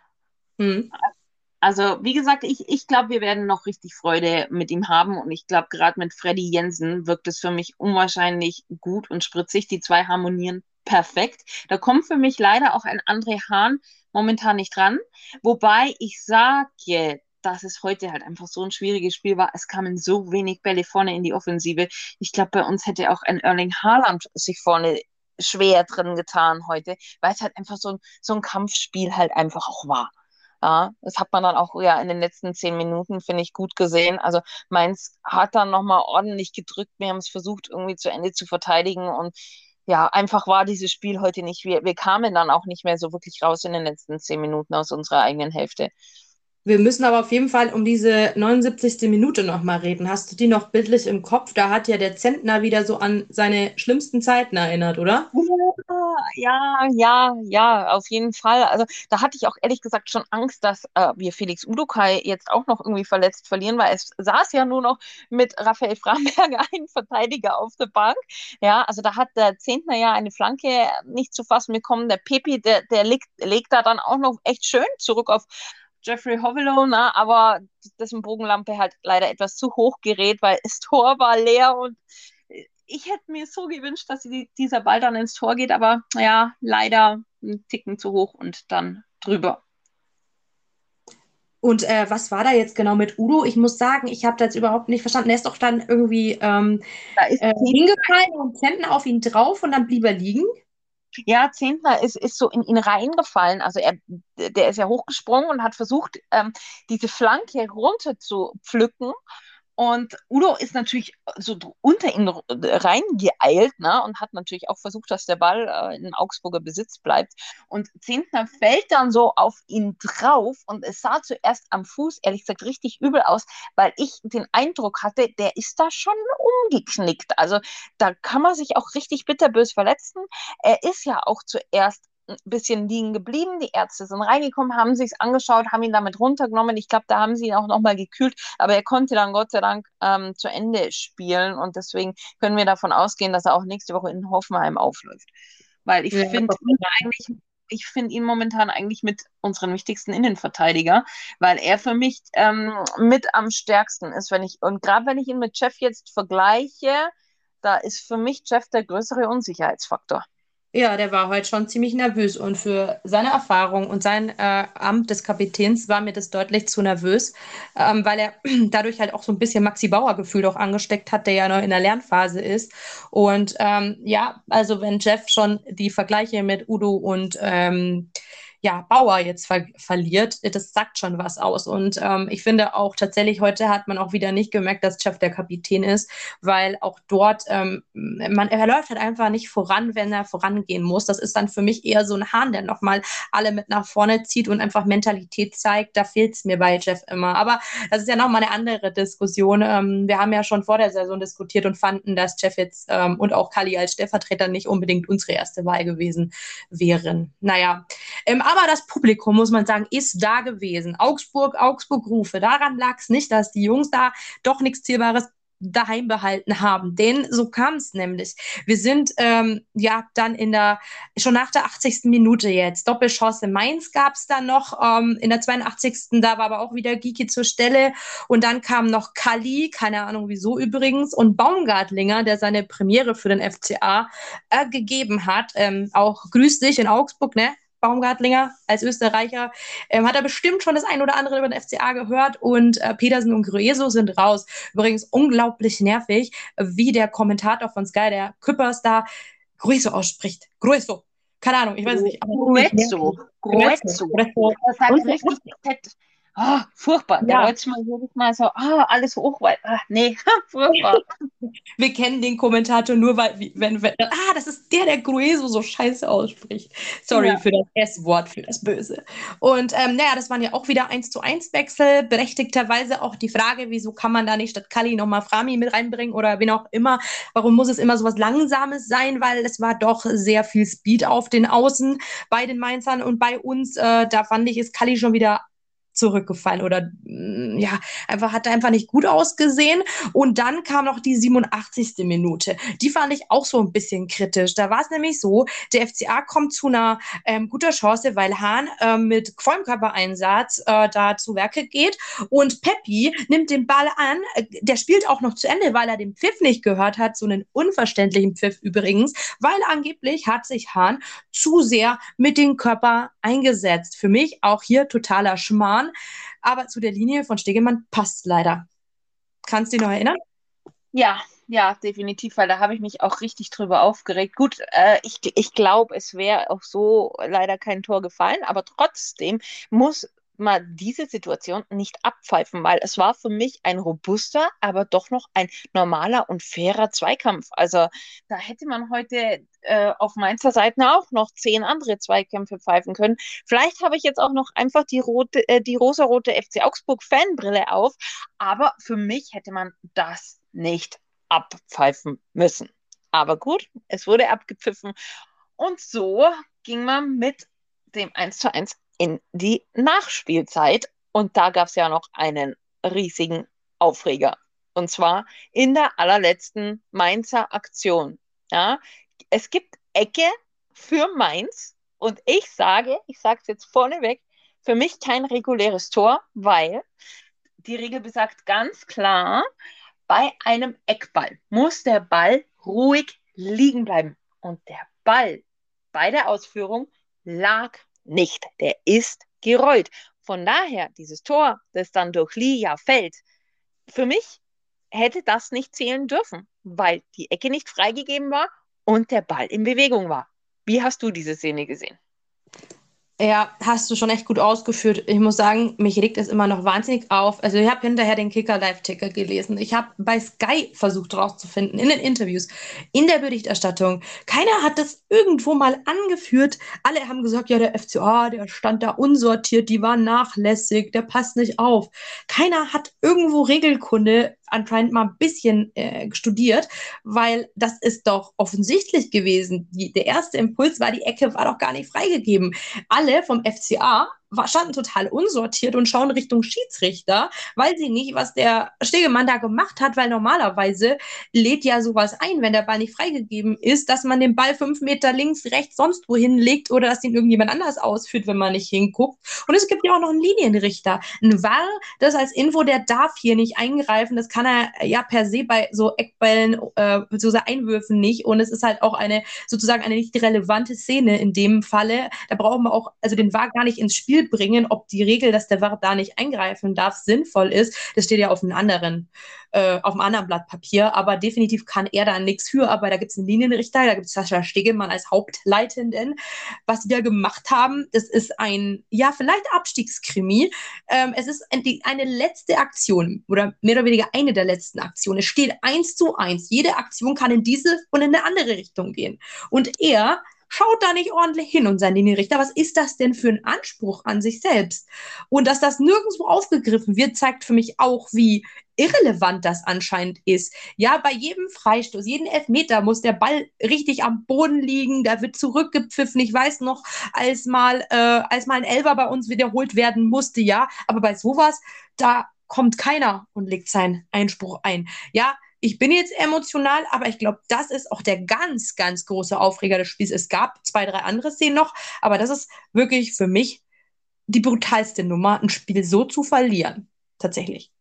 Hm. Also, wie gesagt, ich, ich glaube, wir werden noch richtig Freude mit ihm haben. Und ich glaube, gerade mit Freddy Jensen wirkt es für mich unwahrscheinlich gut und spritzig. Die zwei harmonieren perfekt. Da kommt für mich leider auch ein André Hahn momentan nicht dran. Wobei ich sage, dass es heute halt einfach so ein schwieriges Spiel war. Es kamen so wenig Bälle vorne in die Offensive. Ich glaube, bei uns hätte auch ein Erling Haaland sich vorne schwer drin getan heute, weil es halt einfach so ein, so ein Kampfspiel halt einfach auch war. Ja, das hat man dann auch ja in den letzten zehn Minuten, finde ich, gut gesehen. Also Mainz hat dann nochmal ordentlich gedrückt. Wir haben es versucht, irgendwie zu Ende zu verteidigen. Und ja, einfach war dieses Spiel heute nicht. Wir, wir kamen dann auch nicht mehr so wirklich raus in den letzten zehn Minuten aus unserer eigenen Hälfte. Wir müssen aber auf jeden Fall um diese neunundsiebzigste Minute nochmal reden. Hast du die noch bildlich im Kopf? Da hat ja der Zentner wieder so an seine schlimmsten Zeiten erinnert, oder? Ja, ja, ja, ja, auf jeden Fall. Also da hatte ich auch ehrlich gesagt schon Angst, dass äh, wir Felix Uduokai jetzt auch noch irgendwie verletzt verlieren, weil es saß ja nur noch mit Raphael Framberger ein Verteidiger auf der Bank. Ja, also da hat der Zehntner ja eine Flanke nicht zu fassen bekommen. Der Pepi, der, der legt, legt da dann auch noch echt schön zurück auf Jeffrey Hovelow, ne? Aber dessen Bogenlampe halt leider etwas zu hoch gerät, weil das Tor war leer und ich hätte mir so gewünscht, dass die, dieser Ball dann ins Tor geht, aber ja, leider einen Ticken zu hoch und dann drüber. Und äh, was war da jetzt genau mit Udo? Ich muss sagen, ich habe das überhaupt nicht verstanden. Er ist doch dann irgendwie ähm, Da ist äh, hingefallen und Zentner auf ihn drauf und dann blieb er liegen. Ja, Zehntner ist, ist so in ihn reingefallen. Also er, der ist ja hochgesprungen und hat versucht, ähm, diese Flanke runter zu pflücken. Und Udo ist natürlich so unter ihn reingeeilt, ne, und hat natürlich auch versucht, dass der Ball äh, in Augsburger Besitz bleibt. Und Zehntner fällt dann so auf ihn drauf und es sah zuerst am Fuß, ehrlich gesagt, richtig übel aus, weil ich den Eindruck hatte, der ist da schon umgeknickt. Also da kann man sich auch richtig bitterbös verletzen. Er ist ja auch zuerst ein bisschen liegen geblieben. Die Ärzte sind reingekommen, haben sich es angeschaut, haben ihn damit runtergenommen. Ich glaube, da haben sie ihn auch nochmal gekühlt, aber er konnte dann Gott sei Dank ähm, zu Ende spielen und deswegen können wir davon ausgehen, dass er auch nächste Woche in Hoffenheim aufläuft. Weil ich Ja, finde ihn eigentlich, ich finde ihn momentan eigentlich mit unseren wichtigsten Innenverteidiger, weil er für mich ähm, mit am stärksten ist, wenn ich, und gerade wenn ich ihn mit Jeff jetzt vergleiche, da ist für mich Jeff der größere Unsicherheitsfaktor. Ja, der war heute schon ziemlich nervös und für seine Erfahrung und sein äh, Amt des Kapitäns war mir das deutlich zu nervös, ähm, weil er dadurch halt auch so ein bisschen Maxi Bauer-Gefühl auch angesteckt hat, der ja noch in der Lernphase ist. Und ähm, ja, also wenn Jeff schon die Vergleiche mit Udo und ähm, ja, Bauer jetzt ver verliert, das sagt schon was aus. Und ähm, ich finde auch tatsächlich, heute hat man auch wieder nicht gemerkt, dass Jeff der Kapitän ist, weil auch dort, ähm, man, er läuft halt einfach nicht voran, wenn er vorangehen muss. Das ist dann für mich eher so ein Hahn, der nochmal alle mit nach vorne zieht und einfach Mentalität zeigt. Da fehlt es mir bei Jeff immer. Aber das ist ja nochmal eine andere Diskussion. Ähm, wir haben ja schon vor der Saison diskutiert und fanden, dass Jeff jetzt ähm, und auch Kalli als Stellvertreter nicht unbedingt unsere erste Wahl gewesen wären. Naja, ähm, aber das Publikum, muss man sagen, ist da gewesen. Augsburg, Augsburg-Rufe. Daran lag es nicht, dass die Jungs da doch nichts Zählbares daheim behalten haben. Denn so kam es nämlich. Wir sind ähm, ja dann in der, schon nach der achtzigsten Minute jetzt, Doppelchance Mainz gab es dann noch, ähm, in der zweiundachtzigsten Da war aber auch wieder Giki zur Stelle und dann kam noch Kalli, keine Ahnung wieso übrigens, und Baumgartlinger, der seine Premiere für den F C A äh, gegeben hat. Ähm, auch grüß dich in Augsburg, ne? Baumgartlinger als Österreicher, ähm, hat er bestimmt schon das ein oder andere über den F C A gehört und äh, Petersen und Grueso sind raus. Übrigens unglaublich nervig, wie der Kommentator von Sky, der Küppers da, Grueso ausspricht. Grueso. Keine Ahnung, ich weiß es nicht. Aber Gruezzo. Gruezzo. Gruezo. Das sagt richtig fett. Oh, furchtbar. Der Ja. rollt mal jedes Mal so, ah, alles hoch, weil, ah, nee, furchtbar. Wir kennen den Kommentator nur, weil, wenn, wenn, ah, das ist der, der Grueso so scheiße ausspricht. Sorry Ja. für das S-Wort, für das Böse. Und ähm, naja, das waren ja auch wieder eins zu eins Wechsel. Berechtigterweise auch die Frage, wieso kann man da nicht statt Kalli nochmal Frami mit reinbringen oder wen auch immer. Warum muss es immer so was Langsames sein? Weil es war doch sehr viel Speed auf den Außen bei den Mainzern und bei uns. Äh, da fand ich, ist Kalli schon wieder zurückgefallen oder mh, ja, einfach hat einfach nicht gut ausgesehen. Und dann kam noch die siebenundachtzigste Minute. Die fand ich auch so ein bisschen kritisch. Da war es nämlich so, der F C A kommt zu einer ähm, guten Chance, weil Hahn äh, mit Vollkörpereinsatz äh, da zu Werke geht und Peppi nimmt den Ball an. Der spielt auch noch zu Ende, weil er den Pfiff nicht gehört hat, so einen unverständlichen Pfiff übrigens, weil angeblich hat sich Hahn zu sehr mit dem Körper eingesetzt. Für mich auch hier totaler Schmarrn. Aber zu der Linie von Stegemann passt leider. Kannst du dich noch erinnern? Ja, ja, definitiv, weil da habe ich mich auch richtig drüber aufgeregt. Gut, äh, ich, ich glaube, es wäre auch so leider kein Tor gefallen, aber trotzdem muss mal diese Situation nicht abpfeifen, weil es war für mich ein robuster, aber doch noch ein normaler und fairer Zweikampf. Also da hätte man heute äh, auf Mainzer Seite auch noch zehn andere Zweikämpfe pfeifen können. Vielleicht habe ich jetzt auch noch einfach die rote, äh, die rosarote F C Augsburg Fanbrille auf, aber für mich hätte man das nicht abpfeifen müssen. Aber gut, es wurde abgepfiffen und so ging man mit dem eins zu eins in die Nachspielzeit. Und da gab es ja noch einen riesigen Aufreger. Und zwar in der allerletzten Mainzer Aktion. Ja, es gibt Ecke für Mainz. Und ich sage, ich sage es jetzt vorneweg, für mich kein reguläres Tor, weil die Regel besagt ganz klar, bei einem Eckball muss der Ball ruhig liegen bleiben. Und der Ball bei der Ausführung lag nicht. Der ist gerollt. Von daher, dieses Tor, das dann durch Lee ja fällt, für mich hätte das nicht zählen dürfen, weil die Ecke nicht freigegeben war und der Ball in Bewegung war. Wie hast du diese Szene gesehen? Ja, hast du schon echt gut ausgeführt. Ich muss sagen, mich regt es immer noch wahnsinnig auf. Also ich habe hinterher den Kicker-Live-Ticker gelesen. Ich habe bei Sky versucht rauszufinden, in den Interviews, in der Berichterstattung. Keiner hat das irgendwo mal angeführt. Alle haben gesagt, ja, der F C A, der stand da unsortiert, die war nachlässig, der passt nicht auf. Keiner hat irgendwo Regelkunde anscheinend mal ein bisschen äh, studiert, weil das ist doch offensichtlich gewesen. Die, der erste Impuls war, die Ecke war doch gar nicht freigegeben. Alle vom F C A standen total unsortiert und schauen Richtung Schiedsrichter, weil sie nicht, was der Stegemann da gemacht hat, weil normalerweise lädt ja sowas ein, wenn der Ball nicht freigegeben ist, dass man den Ball fünf Meter links, rechts, sonst wohin legt oder dass den irgendjemand anders ausführt, wenn man nicht hinguckt. Und es gibt ja auch noch einen Linienrichter. Ein V A R, das als Info, der darf hier nicht eingreifen, das kann er ja per se bei so Eckbällen, äh, so Einwürfen nicht. Und es ist halt auch eine sozusagen eine nicht relevante Szene in dem Falle. Da brauchen wir auch also den V A R gar nicht ins Spiel bringen, ob die Regel, dass der V A R da nicht eingreifen darf, sinnvoll ist. Das steht ja auf einem anderen, äh, auf einem anderen Blatt Papier, aber definitiv kann er da nichts für. Aber da gibt es einen Linienrichter, da gibt es Sascha Stegemann als Hauptleitenden. Was die da gemacht haben, das ist ein, ja, vielleicht Abstiegskrimi. Ähm, es ist eine letzte Aktion oder mehr oder weniger eine der letzten Aktionen. Es steht eins zu eins. Jede Aktion kann in diese und in eine andere Richtung gehen. Und er schaut da nicht ordentlich hin und sein Linienrichter, was ist das denn für ein Anspruch an sich selbst? Und dass das nirgendwo aufgegriffen wird, zeigt für mich auch, wie irrelevant das anscheinend ist. Ja, bei jedem Freistoß, jeden Elfmeter muss der Ball richtig am Boden liegen, da wird zurückgepfiffen. Ich weiß noch, als mal, äh, als mal ein Elfer bei uns wiederholt werden musste, ja, aber bei sowas, da kommt keiner und legt seinen Einspruch ein. Ja, ich bin jetzt emotional, aber ich glaube, das ist auch der ganz, ganz große Aufreger des Spiels. Es gab zwei, drei andere Szenen noch, aber das ist wirklich für mich die brutalste Nummer, ein Spiel so zu verlieren. Tatsächlich.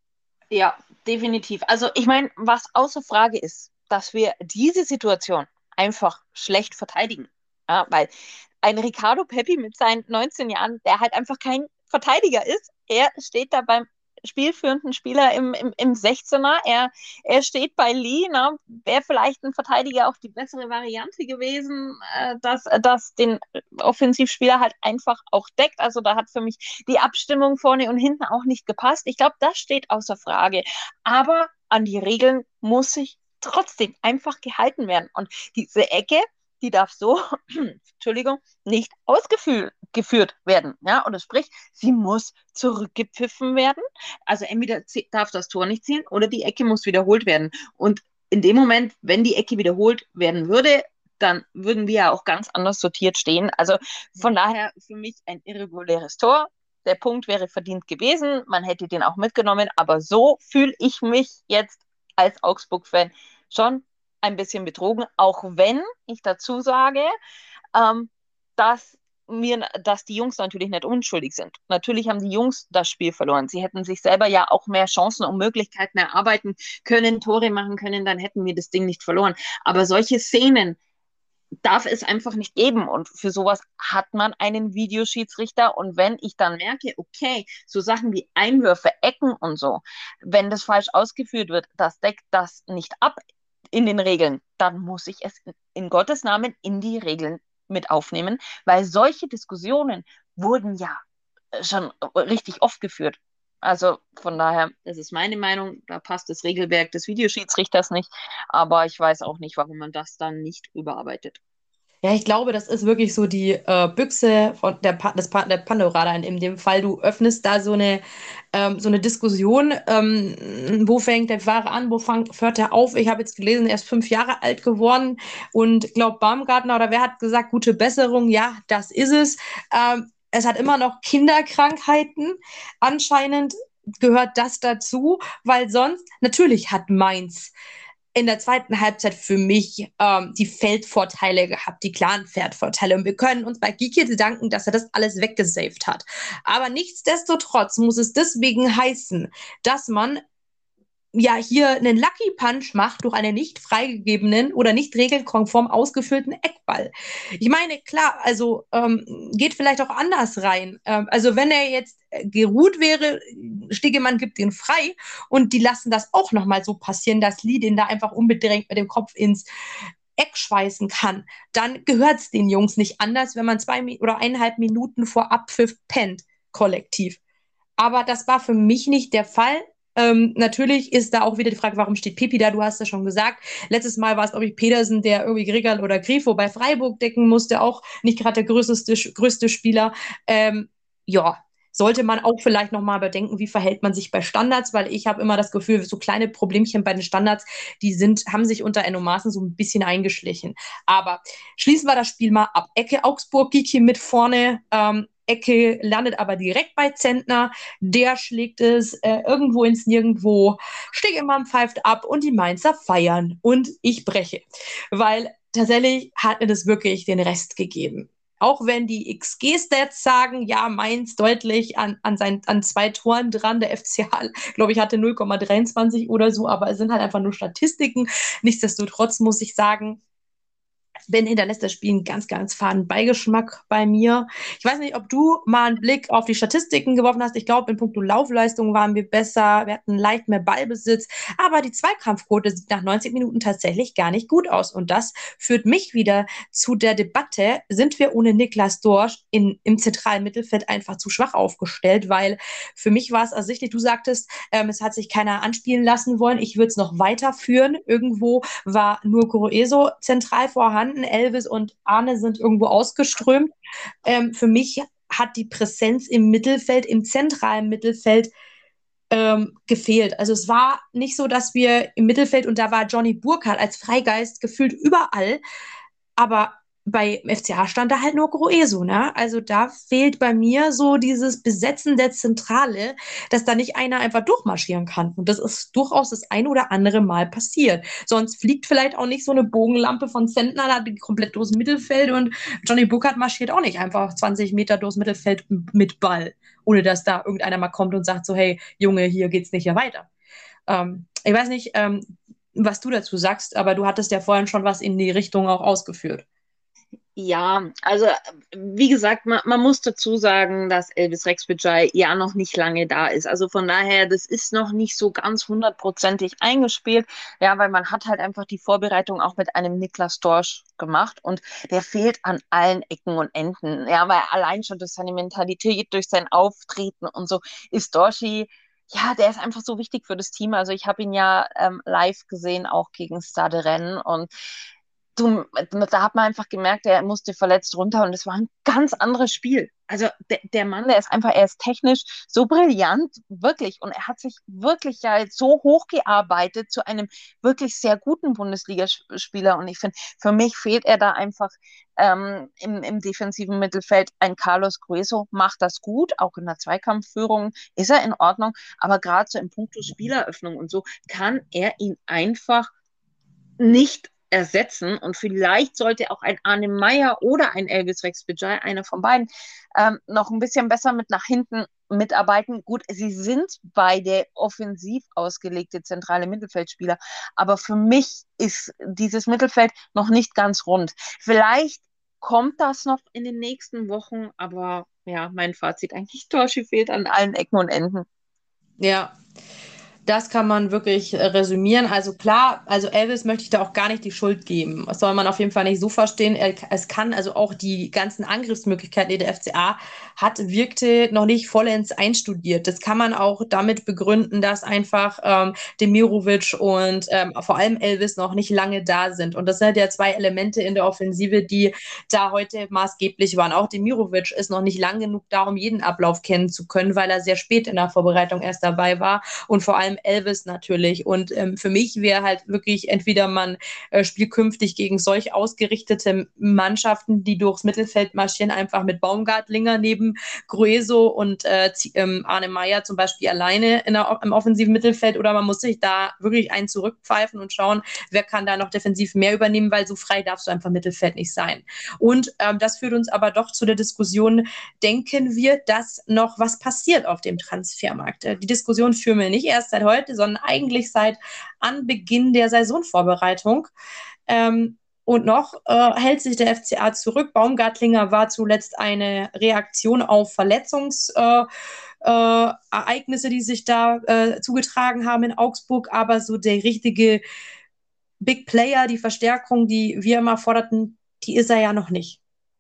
Ja, definitiv. Also ich meine, was außer Frage ist, dass wir diese Situation einfach schlecht verteidigen. Ja, weil ein Ricardo Pepi mit seinen neunzehn Jahren, der halt einfach kein Verteidiger ist, er steht da beim spielführenden Spieler im, im, im sechzehner. Er, er steht bei Lee, ne? Wäre vielleicht ein Verteidiger auch die bessere Variante gewesen, äh, dass, dass den Offensivspieler halt einfach auch deckt. Also da hat für mich die Abstimmung vorne und hinten auch nicht gepasst. Ich glaube, das steht außer Frage. Aber an die Regeln muss sich trotzdem einfach gehalten werden. Und diese Ecke, die darf so, Entschuldigung, nicht ausgeführt werden. Ja? Oder sprich, sie muss zurückgepfiffen werden. Also entweder darf das Tor nicht zielen oder die Ecke muss wiederholt werden. Und in dem Moment, wenn die Ecke wiederholt werden würde, dann würden wir ja auch ganz anders sortiert stehen. Also von daher für mich ein irreguläres Tor. Der Punkt wäre verdient gewesen. Man hätte den auch mitgenommen. Aber so fühle ich mich jetzt als Augsburg-Fan schon ein bisschen betrogen, auch wenn ich dazu sage, ähm, dass, mir, dass die Jungs natürlich nicht unschuldig sind. Natürlich haben die Jungs das Spiel verloren. Sie hätten sich selber ja auch mehr Chancen und Möglichkeiten erarbeiten können, Tore machen können, dann hätten wir das Ding nicht verloren. Aber solche Szenen darf es einfach nicht geben. Und für sowas hat man einen Videoschiedsrichter. Und wenn ich dann merke, okay, so Sachen wie Einwürfe, Ecken und so, wenn das falsch ausgeführt wird, das deckt das nicht ab in den Regeln, dann muss ich es in Gottes Namen in die Regeln mit aufnehmen, weil solche Diskussionen wurden ja schon richtig oft geführt. Also von daher, das ist meine Meinung, da passt das Regelwerk des Videoschiedsrichters nicht, aber ich weiß auch nicht, warum man das dann nicht überarbeitet. Ja, ich glaube, das ist wirklich so die äh, Büchse von der, pa des pa der Pandora dann in dem Fall. Du öffnest da so eine, ähm, so eine Diskussion, ähm, wo fängt der Wahre an, wo fang, hört er auf? Ich habe jetzt gelesen, er ist fünf Jahre alt geworden und glaubt Baumgartner oder wer hat gesagt, gute Besserung? Ja, das ist es. Ähm, es hat immer noch Kinderkrankheiten. Anscheinend gehört das dazu, weil sonst, natürlich hat Mainz in der zweiten Halbzeit für mich ähm, die Feldvorteile gehabt, die klaren Pferdvorteile. Und wir können uns bei Gikiewicz danken, dass er das alles weggesaved hat. Aber nichtsdestotrotz muss es deswegen heißen, dass man ja hier einen Lucky Punch macht durch einen nicht freigegebenen oder nicht regelkonform ausgeführten Eckball. Ich meine, klar, also ähm, geht vielleicht auch anders rein. Ähm, also wenn er jetzt geruht wäre, Stegemann gibt den frei und die lassen das auch nochmal so passieren, dass Lee den da einfach unbedingt mit dem Kopf ins Eck schweißen kann, dann gehört es den Jungs nicht anders, wenn man zwei oder eineinhalb Minuten vor Abpfiff pennt, kollektiv. Aber das war für mich nicht der Fall. Ähm, natürlich ist da auch wieder die Frage, warum steht Pepi da? Du hast es schon gesagt. Letztes Mal war es, glaube ich, Pedersen, der irgendwie Gregal oder Grifo bei Freiburg decken musste, auch nicht gerade der größte, größte Spieler. Ähm, ja, sollte man auch vielleicht nochmal bedenken, wie verhält man sich bei Standards, weil ich habe immer das Gefühl, so kleine Problemchen bei den Standards, die sind, haben sich unter Enno Maaßen so ein bisschen eingeschlichen. Aber schließen wir das Spiel mal ab. Ecke Augsburg, Giki mit vorne, ähm, Ecke landet aber direkt bei Zentner. Der schlägt es äh, irgendwo ins Nirgendwo. Stegemann pfeift ab und die Mainzer feiern. Und ich breche. Weil tatsächlich hat mir das wirklich den Rest gegeben. Auch wenn die X G-Stats sagen, ja, Mainz deutlich an, an, sein, an zwei Toren dran. Der F C H, glaube ich, hatte null Komma dreiundzwanzig oder so, aber es sind halt einfach nur Statistiken. Nichtsdestotrotz muss ich sagen, Ben hinterlässt das Spiel einen ganz, ganz faden Beigeschmack bei mir. Ich weiß nicht, ob du mal einen Blick auf die Statistiken geworfen hast. Ich glaube, in puncto Laufleistung waren wir besser. Wir hatten leicht mehr Ballbesitz. Aber die Zweikampfquote sieht nach neunzig Minuten tatsächlich gar nicht gut aus. Und das führt mich wieder zu der Debatte, sind wir ohne Niklas Dorsch in, im zentralen Mittelfeld einfach zu schwach aufgestellt? Weil für mich war es ersichtlich, du sagtest, ähm, es hat sich keiner anspielen lassen wollen. Ich würde es noch weiterführen. Irgendwo war nur Grueso zentral vorhanden. Elvis und Arne sind irgendwo ausgeströmt. Ähm, für mich hat die Präsenz im Mittelfeld, im zentralen Mittelfeld ähm, gefehlt. Also es war nicht so, dass wir im Mittelfeld, und da war Johnny Burkhardt als Freigeist gefühlt überall, aber bei F C H stand da halt nur Grueso, ne? Also da fehlt bei mir so dieses Besetzen der Zentrale, dass da nicht einer einfach durchmarschieren kann. Und das ist durchaus das ein oder andere Mal passiert. Sonst fliegt vielleicht auch nicht so eine Bogenlampe von Zentner da komplett durchs Mittelfeld und Johnny Burkhardt marschiert auch nicht einfach zwanzig Meter durchs Mittelfeld mit Ball, ohne dass da irgendeiner mal kommt und sagt so, hey, Junge, hier geht's nicht hier weiter. Ähm, ich weiß nicht, ähm, was du dazu sagst, aber du hattest ja vorhin schon was in die Richtung auch ausgeführt. Ja, also wie gesagt, man, man muss dazu sagen, dass Elvis Rexbejai ja noch nicht lange da ist. Also von daher, das ist noch nicht so ganz hundertprozentig eingespielt. Ja, weil man hat halt einfach die Vorbereitung auch mit einem Niklas Dorsch gemacht und der fehlt an allen Ecken und Enden. Ja, weil allein schon durch seine Mentalität, durch sein Auftreten und so ist Dorschi, ja, der ist einfach so wichtig für das Team. Also ich habe ihn ja ähm, live gesehen, auch gegen Stade Rennes und du, da hat man einfach gemerkt, er musste verletzt runter und es war ein ganz anderes Spiel. Also der, der Mann, der ist einfach, er ist technisch so brillant, wirklich. Und er hat sich wirklich ja jetzt so hochgearbeitet zu einem wirklich sehr guten Bundesligaspieler. Und ich finde, für mich fehlt er da einfach ähm, im, im defensiven Mittelfeld. Ein Carlos Grueso macht das gut, auch in der Zweikampfführung ist er in Ordnung. Aber gerade so im Punkto Spieleröffnung und so kann er ihn einfach nicht ersetzen und vielleicht sollte auch ein Arne Meyer oder ein Elvis Rexbejai, einer von beiden, ähm, noch ein bisschen besser mit nach hinten mitarbeiten. Gut, sie sind beide offensiv ausgelegte zentrale Mittelfeldspieler, aber für mich ist dieses Mittelfeld noch nicht ganz rund. Vielleicht kommt das noch in den nächsten Wochen, aber ja, mein Fazit eigentlich, Torschi fehlt an allen Ecken und Enden. Ja, Das kann man wirklich äh, resümieren. Also klar, also Elvis möchte ich da auch gar nicht die Schuld geben. Das soll man auf jeden Fall nicht so verstehen. Er, es kann also auch die ganzen Angriffsmöglichkeiten, die der F C A hat, wirkte noch nicht vollends einstudiert. Das kann man auch damit begründen, dass einfach ähm, Demirovic und ähm, vor allem Elvis noch nicht lange da sind. Und das sind ja zwei Elemente in der Offensive, die da heute maßgeblich waren. Auch Demirovic ist noch nicht lang genug da, um jeden Ablauf kennen zu können, weil er sehr spät in der Vorbereitung erst dabei war. Und vor allem Elvis natürlich. Und ähm, für mich wäre halt wirklich entweder man äh, spielt künftig gegen solch ausgerichtete Mannschaften, die durchs Mittelfeld marschieren, einfach mit Baumgartlinger neben Grueso und äh, ähm, Arne Meyer zum Beispiel alleine in der, im offensiven Mittelfeld, oder man muss sich da wirklich einen zurückpfeifen und schauen, wer kann da noch defensiv mehr übernehmen, weil so frei darfst du einfach im Mittelfeld nicht sein. Und ähm, das führt uns aber doch zu der Diskussion, denken wir, dass noch was passiert auf dem Transfermarkt? Die Diskussion führen wir nicht erst seit heute, sondern eigentlich seit Anbeginn der Saisonvorbereitung. Ähm, und noch äh, hält sich der F C A zurück. Baumgartlinger war zuletzt eine Reaktion auf Verletzungsereignisse, äh, äh, die sich da äh, zugetragen haben in Augsburg. Aber so der richtige Big Player, die Verstärkung, die wir immer forderten, die ist er ja noch nicht.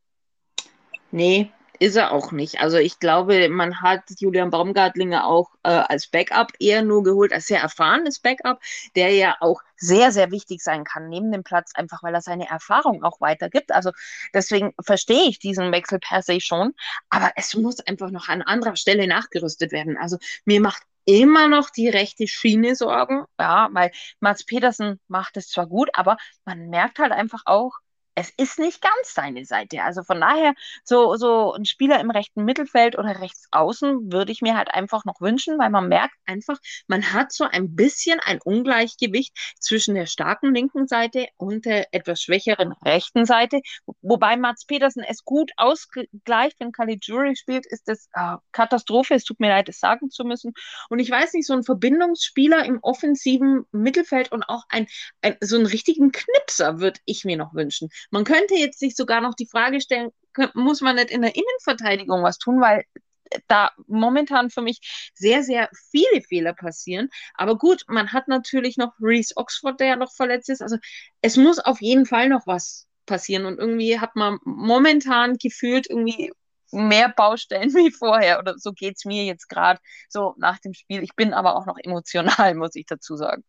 Nee, ist er auch nicht. Also ich glaube, man hat Julian Baumgartlinger auch äh, als Backup eher nur geholt, als sehr erfahrenes Backup, der ja auch sehr, sehr wichtig sein kann neben dem Platz, einfach weil er seine Erfahrung auch weitergibt. Also deswegen verstehe ich diesen Wechsel per se schon, aber es muss einfach noch an anderer Stelle nachgerüstet werden. Also mir macht immer noch die rechte Schiene Sorgen, ja, weil Mats Pedersen macht es zwar gut, aber man merkt halt einfach auch, es ist nicht ganz seine Seite. Also von daher, so, so ein Spieler im rechten Mittelfeld oder rechts außen würde ich mir halt einfach noch wünschen, weil man merkt einfach, man hat so ein bisschen ein Ungleichgewicht zwischen der starken linken Seite und der etwas schwächeren rechten Seite. Wobei Mats Pedersen es gut ausgleicht, wenn Caligiuri spielt, ist das äh, Katastrophe. Es tut mir leid, es sagen zu müssen. Und ich weiß nicht, so ein Verbindungsspieler im offensiven Mittelfeld und auch ein, ein so einen richtigen Knipser würde ich mir noch wünschen. Man könnte jetzt sich sogar noch die Frage stellen, muss man nicht in der Innenverteidigung was tun, weil da momentan für mich sehr, sehr viele Fehler passieren. Aber gut, man hat natürlich noch Reece Oxford, der ja noch verletzt ist. Also es muss auf jeden Fall noch was passieren. Und irgendwie hat man momentan gefühlt irgendwie mehr Baustellen wie vorher. Oder so geht es mir jetzt gerade so nach dem Spiel. Ich bin aber auch noch emotional, muss ich dazu sagen.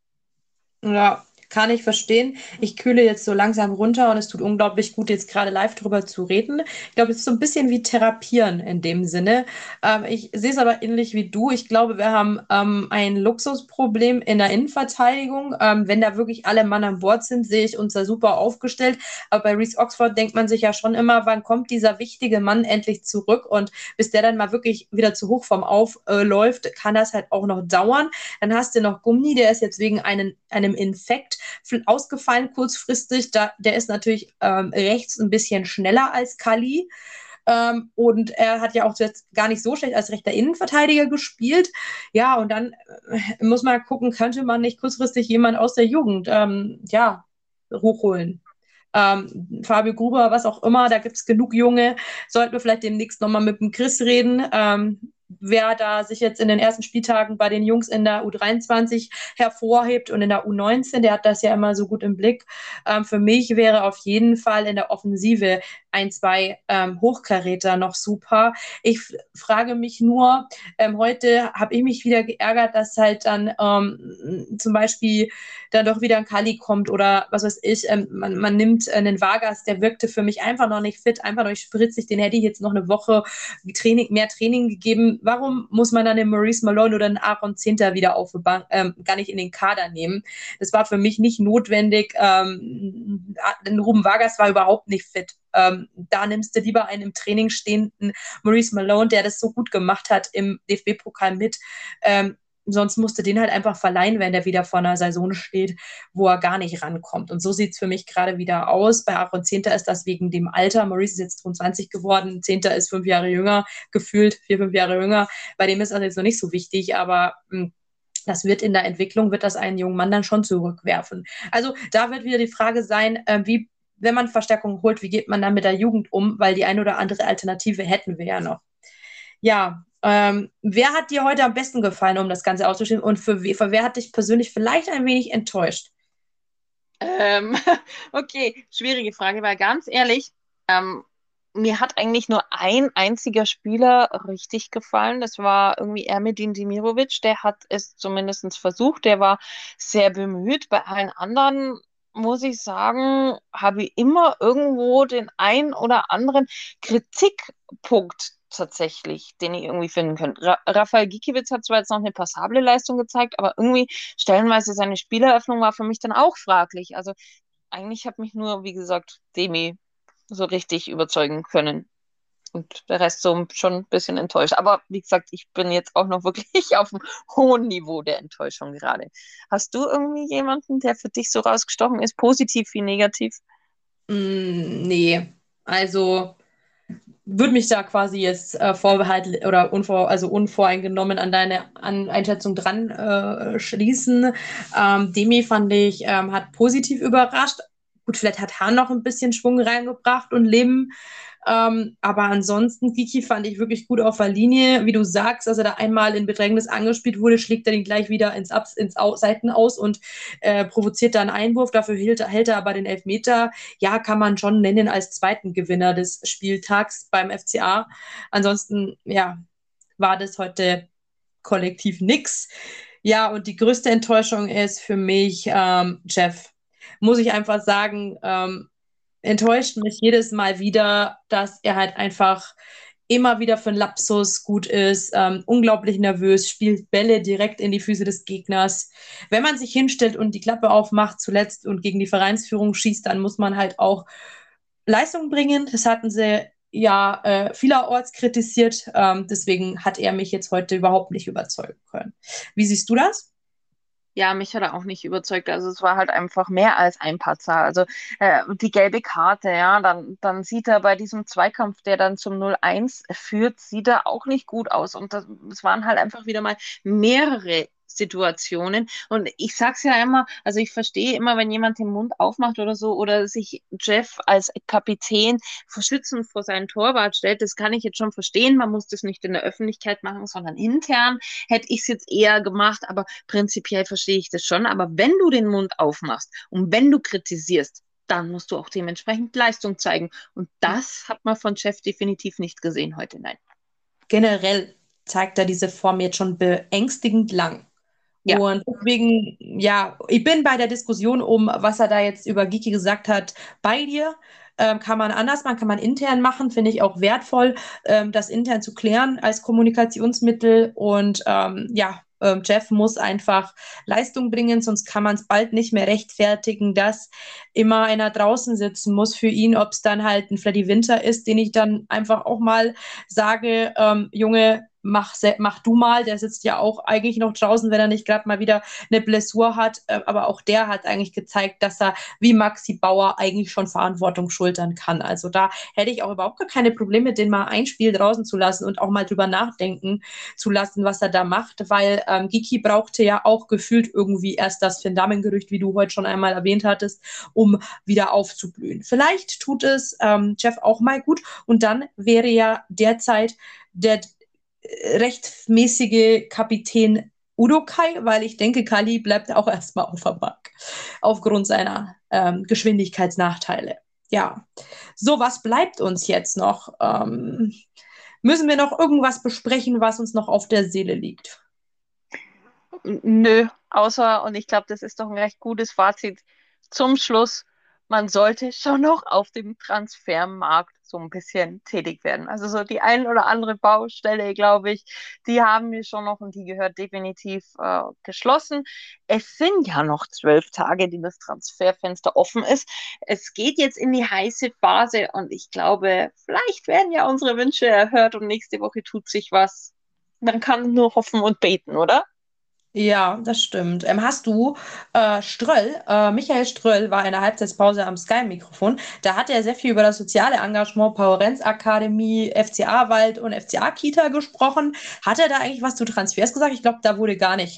Ja, kann ich verstehen. Ich kühle jetzt so langsam runter und es tut unglaublich gut, jetzt gerade live drüber zu reden. Ich glaube, es ist so ein bisschen wie Therapieren in dem Sinne. Ähm, ich sehe es aber ähnlich wie du. Ich glaube, wir haben ähm, ein Luxusproblem in der Innenverteidigung. Ähm, wenn da wirklich alle Mann an Bord sind, sehe ich uns da super aufgestellt. Aber bei Reece Oxford denkt man sich ja schon immer, wann kommt dieser wichtige Mann endlich zurück? Und bis der dann mal wirklich wieder zu Hochform aufläuft, äh, kann das halt auch noch dauern. Dann hast du noch Gummi, der ist jetzt wegen einem, einem Infekt ausgefallen kurzfristig. Da, der ist natürlich ähm, rechts ein bisschen schneller als Kali. Ähm, und er hat ja auch jetzt gar nicht so schlecht als rechter Innenverteidiger gespielt. Ja, und dann äh, muss man gucken, könnte man nicht kurzfristig jemand aus der Jugend ähm, ja, hochholen. Ähm, Fabio Gruber, was auch immer, da gibt es genug Junge. Sollten wir vielleicht demnächst nochmal mit dem Chris reden. Ähm, wer da sich jetzt in den ersten Spieltagen bei den Jungs in der U dreiundzwanzig hervorhebt und in der U neunzehn, der hat das ja immer so gut im Blick. Ähm, für mich wäre auf jeden Fall in der Offensive ein, zwei ähm, Hochkaräter noch super. Ich frage mich nur, ähm, heute habe ich mich wieder geärgert, dass halt dann ähm, zum Beispiel dann doch wieder ein Kali kommt oder was weiß ich, ähm, man, man nimmt einen Vargas, der wirkte für mich einfach noch nicht fit, einfach noch nicht spritzig, den hätte ich jetzt noch eine Woche Training, mehr Training gegeben. Warum muss man dann den Maurice Malone oder den Aaron Zinter wieder auf die Bank, ähm, gar nicht in den Kader nehmen? Das war für mich nicht notwendig. Ähm, Ruben Vargas war überhaupt nicht fit. Ähm, da nimmst du lieber einen im Training stehenden Maurice Malone, der das so gut gemacht hat im D F B-Pokal mit. Ähm, sonst musst du den halt einfach verleihen, wenn der wieder vor einer Saison steht, wo er gar nicht rankommt. Und so sieht es für mich gerade wieder aus. Bei Aaron Zehnter ist das wegen dem Alter. Maurice ist jetzt dreiundzwanzig geworden. Zehnter ist fünf Jahre jünger, gefühlt vier, fünf Jahre jünger. Bei dem ist das jetzt noch nicht so wichtig, aber mh, das wird in der Entwicklung, wird das einen jungen Mann dann schon zurückwerfen. Also da wird wieder die Frage sein, äh, wie, wenn man Verstärkung holt, wie geht man dann mit der Jugend um? Weil die eine oder andere Alternative hätten wir ja noch. Ja, Ähm, wer hat dir heute am besten gefallen, um das Ganze auszuschreiben? Und für, für wer hat dich persönlich vielleicht ein wenig enttäuscht? Ähm, okay, schwierige Frage, weil ganz ehrlich, ähm, mir hat eigentlich nur ein einziger Spieler richtig gefallen. Das war irgendwie Ermedin Demirovic. Der hat es zumindest versucht. Der war sehr bemüht. Bei allen anderen, muss ich sagen, habe ich immer irgendwo den ein oder anderen Kritikpunkt tatsächlich, den ich irgendwie finden könnte. Ra Rafael Gikiewicz hat zwar jetzt noch eine passable Leistung gezeigt, aber irgendwie stellenweise seine Spieleröffnung war für mich dann auch fraglich. Also eigentlich hat mich nur, wie gesagt, Demi so richtig überzeugen können. Und der Rest so schon ein bisschen enttäuscht. Aber wie gesagt, ich bin jetzt auch noch wirklich auf einem hohen Niveau der Enttäuschung gerade. Hast du irgendwie jemanden, der für dich so rausgestochen ist, positiv wie negativ? Mm, nee, also würde mich da quasi jetzt äh, vorbehalten oder unvor, also unvoreingenommen an deine an Einschätzung dran äh, schließen. Ähm, Demi fand ich, ähm, hat positiv überrascht. Gut, vielleicht hat Hahn noch ein bisschen Schwung reingebracht und Leben. Ähm, aber ansonsten, Kiki fand ich wirklich gut auf der Linie. Wie du sagst, als er da einmal in Bedrängnis angespielt wurde, schlägt er den gleich wieder ins, Abs ins Au Seiten aus und äh, provoziert da einen Einwurf. Dafür hält, hält er aber den Elfmeter. Ja, kann man schon nennen als zweiten Gewinner des Spieltags beim F C A. Ansonsten, ja, war das heute kollektiv nix. Ja, und die größte Enttäuschung ist für mich ähm, Jeff. Muss ich einfach sagen, ähm, enttäuscht mich jedes Mal wieder, dass er halt einfach immer wieder für einen Lapsus gut ist, ähm, unglaublich nervös, spielt Bälle direkt in die Füße des Gegners. Wenn man sich hinstellt und die Klappe aufmacht zuletzt und gegen die Vereinsführung schießt, dann muss man halt auch Leistung bringen. Das hatten sie ja äh, vielerorts kritisiert. Ähm, deswegen hat er mich jetzt heute überhaupt nicht überzeugen können. Wie siehst du das? Ja, mich hat er auch nicht überzeugt. Also es war halt einfach mehr als ein Patzer. Also äh, die gelbe Karte, ja, dann, dann sieht er bei diesem Zweikampf, der dann zum null eins führt, sieht er auch nicht gut aus. Und das, es waren halt einfach wieder mal mehrere Situationen. Und ich sag's ja immer, also ich verstehe immer, wenn jemand den Mund aufmacht oder so oder sich Jeff als Kapitän verschützend vor seinen Torwart stellt, das kann ich jetzt schon verstehen. Man muss das nicht in der Öffentlichkeit machen, sondern intern hätte ich es jetzt eher gemacht, aber prinzipiell verstehe ich das schon. Aber wenn du den Mund aufmachst und wenn du kritisierst, dann musst du auch dementsprechend Leistung zeigen. Und das hat man von Jeff definitiv nicht gesehen heute, nein. Generell zeigt er diese Form jetzt schon beängstigend lang. Ja, Und deswegen, ja, ich bin bei der Diskussion um, was er da jetzt über Giki gesagt hat, bei dir. Ähm, kann man anders machen, kann man intern machen, finde ich auch wertvoll, ähm, das intern zu klären als Kommunikationsmittel. Und ähm, ja, ähm, Jeff muss einfach Leistung bringen, sonst kann man es bald nicht mehr rechtfertigen, dass immer einer draußen sitzen muss für ihn, ob es dann halt ein Freddy Winter ist, den ich dann einfach auch mal sage, ähm, Junge, mach, mach du mal, der sitzt ja auch eigentlich noch draußen, wenn er nicht gerade mal wieder eine Blessur hat, äh, aber auch der hat eigentlich gezeigt, dass er wie Maxi Bauer eigentlich schon Verantwortung schultern kann. Also da hätte ich auch überhaupt gar keine Probleme, den mal ein Spiel draußen zu lassen und auch mal drüber nachdenken zu lassen, was er da macht, weil ähm, Giki brauchte ja auch gefühlt irgendwie erst das Finn Damen-Gerücht, wie du heute schon einmal erwähnt hattest, um wieder aufzublühen. Vielleicht tut es ähm, Jeff auch mal gut und dann wäre ja derzeit der rechtmäßige Kapitän Udokai, weil ich denke, Kali bleibt auch erstmal auf der Bank aufgrund seiner ähm, Geschwindigkeitsnachteile. Ja, so was bleibt uns jetzt noch? Ähm, müssen wir noch irgendwas besprechen, was uns noch auf der Seele liegt? nö, außer, und ich glaube, das ist doch ein recht gutes Fazit zum Schluss, man sollte schon noch auf dem Transfermarkt so ein bisschen tätig werden. Also so die ein oder andere Baustelle, glaube ich, die haben wir schon noch und die gehört definitiv äh, geschlossen. Es sind ja noch zwölf Tage, die das Transferfenster offen ist. Es geht jetzt in die heiße Phase und ich glaube, vielleicht werden ja unsere Wünsche erhört und nächste Woche tut sich was. Man kann nur hoffen und beten, oder? Ja, das stimmt. Ähm, hast du äh, Ströll, äh, Michael Ströll war in der Halbzeitpause am Sky-Mikrofon. Da hat er sehr viel über das soziale Engagement, Paul-Renz-Akademie, F C A-Wald und F C A-Kita gesprochen. Hat er da eigentlich was zu Transfers gesagt? Ich glaube, da wurde gar nicht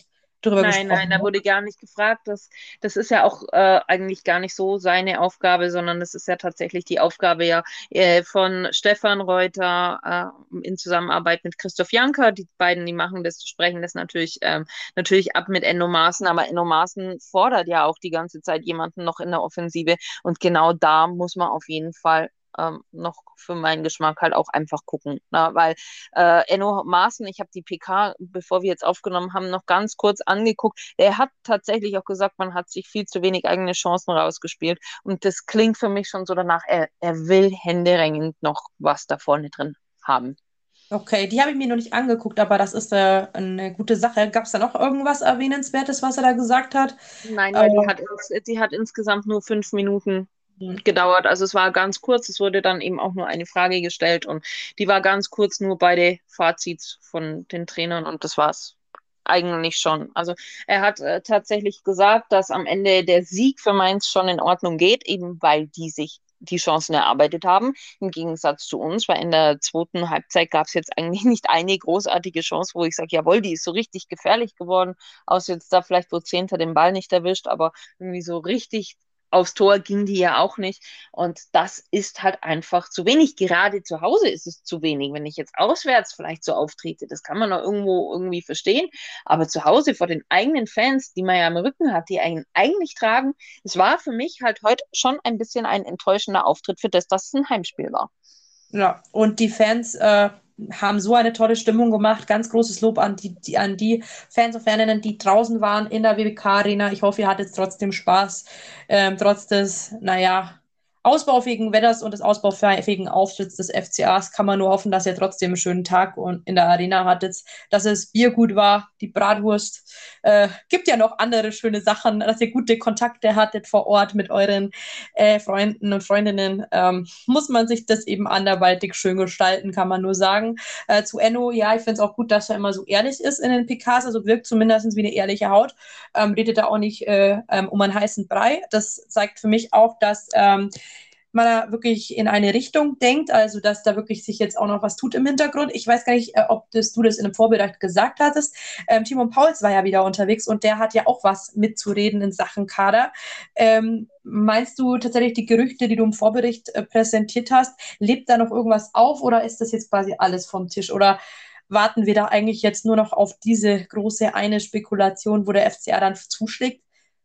drüber Nein, nein, gesprochen, da ne? wurde gar nicht gefragt. Das, das ist ja auch äh, eigentlich gar nicht so seine Aufgabe, sondern das ist ja tatsächlich die Aufgabe ja äh, von Stefan Reuter äh, in Zusammenarbeit mit Christoph Janker. Die beiden, die machen das, sprechen das natürlich, ähm, natürlich ab mit Enno Maaßen, aber Enno Maaßen fordert ja auch die ganze Zeit jemanden noch in der Offensive und genau da muss man auf jeden Fall ähm, noch für meinen Geschmack halt auch einfach gucken. Na, weil äh, Enno Maaßen, ich habe die P K, bevor wir jetzt aufgenommen haben, noch ganz kurz angeguckt. Er hat tatsächlich auch gesagt, man hat sich viel zu wenig eigene Chancen rausgespielt. Und das klingt für mich schon so danach, er, er will händeringend noch was da vorne drin haben. Okay, die habe ich mir noch nicht angeguckt, aber das ist äh, eine gute Sache. Gab es da noch irgendwas Erwähnenswertes, was er da gesagt hat? Nein, Äh, weil die hat, ins, die hat insgesamt nur fünf Minuten gedauert. Also es war ganz kurz, es wurde dann eben auch nur eine Frage gestellt und die war ganz kurz, nur beide Fazits von den Trainern und das war's eigentlich schon. Also er hat äh, tatsächlich gesagt, dass am Ende der Sieg für Mainz schon in Ordnung geht, eben weil die sich die Chancen erarbeitet haben, im Gegensatz zu uns, weil in der zweiten Halbzeit gab es jetzt eigentlich nicht eine großartige Chance, wo ich sage, jawohl, die ist so richtig gefährlich geworden, außer jetzt da vielleicht, wo Zehnter den Ball nicht erwischt, aber irgendwie so richtig aufs Tor ging die ja auch nicht. Und das ist halt einfach zu wenig. Gerade zu Hause ist es zu wenig. Wenn ich jetzt auswärts vielleicht so auftrete, das kann man noch irgendwo irgendwie verstehen. Aber zu Hause vor den eigenen Fans, die man ja im Rücken hat, die einen eigentlich tragen, es war für mich halt heute schon ein bisschen ein enttäuschender Auftritt für das, dass es ein Heimspiel war. Ja, und die Fans äh, haben so eine tolle Stimmung gemacht. Ganz großes Lob an die, die, an die Fans und Faninnen, die draußen waren in der W W K-Arena. Ich hoffe, ihr hattet trotzdem Spaß, ähm, trotz des, naja, ausbaufähigen Wetters und des ausbaufähigen Auftritts des F C As kann man nur hoffen, dass ihr trotzdem einen schönen Tag und in der Arena hattet, dass es Bier gut war, die Bratwurst. Äh, gibt ja noch andere schöne Sachen, dass ihr gute Kontakte hattet vor Ort mit euren äh, Freunden und Freundinnen. Ähm, muss man sich das eben anderweitig schön gestalten, kann man nur sagen. Äh, zu Enno, ja, ich finde es auch gut, dass er immer so ehrlich ist in den P Ks, also wirkt zumindest wie eine ehrliche Haut. Ähm, redet da auch nicht äh, ähm, um einen heißen Brei. Das zeigt für mich auch, dass ähm, man da wirklich in eine Richtung denkt, also dass da wirklich sich jetzt auch noch was tut im Hintergrund. Ich weiß gar nicht, äh, ob das, du das in einem Vorbericht gesagt hattest. Ähm, Timon Pauls war ja wieder unterwegs und der hat ja auch was mitzureden in Sachen Kader. Ähm, meinst du tatsächlich die Gerüchte, die du im Vorbericht äh, präsentiert hast, lebt da noch irgendwas auf oder ist das jetzt quasi alles vom Tisch? Oder warten wir da eigentlich jetzt nur noch auf diese große eine Spekulation, wo der F C A dann zuschlägt?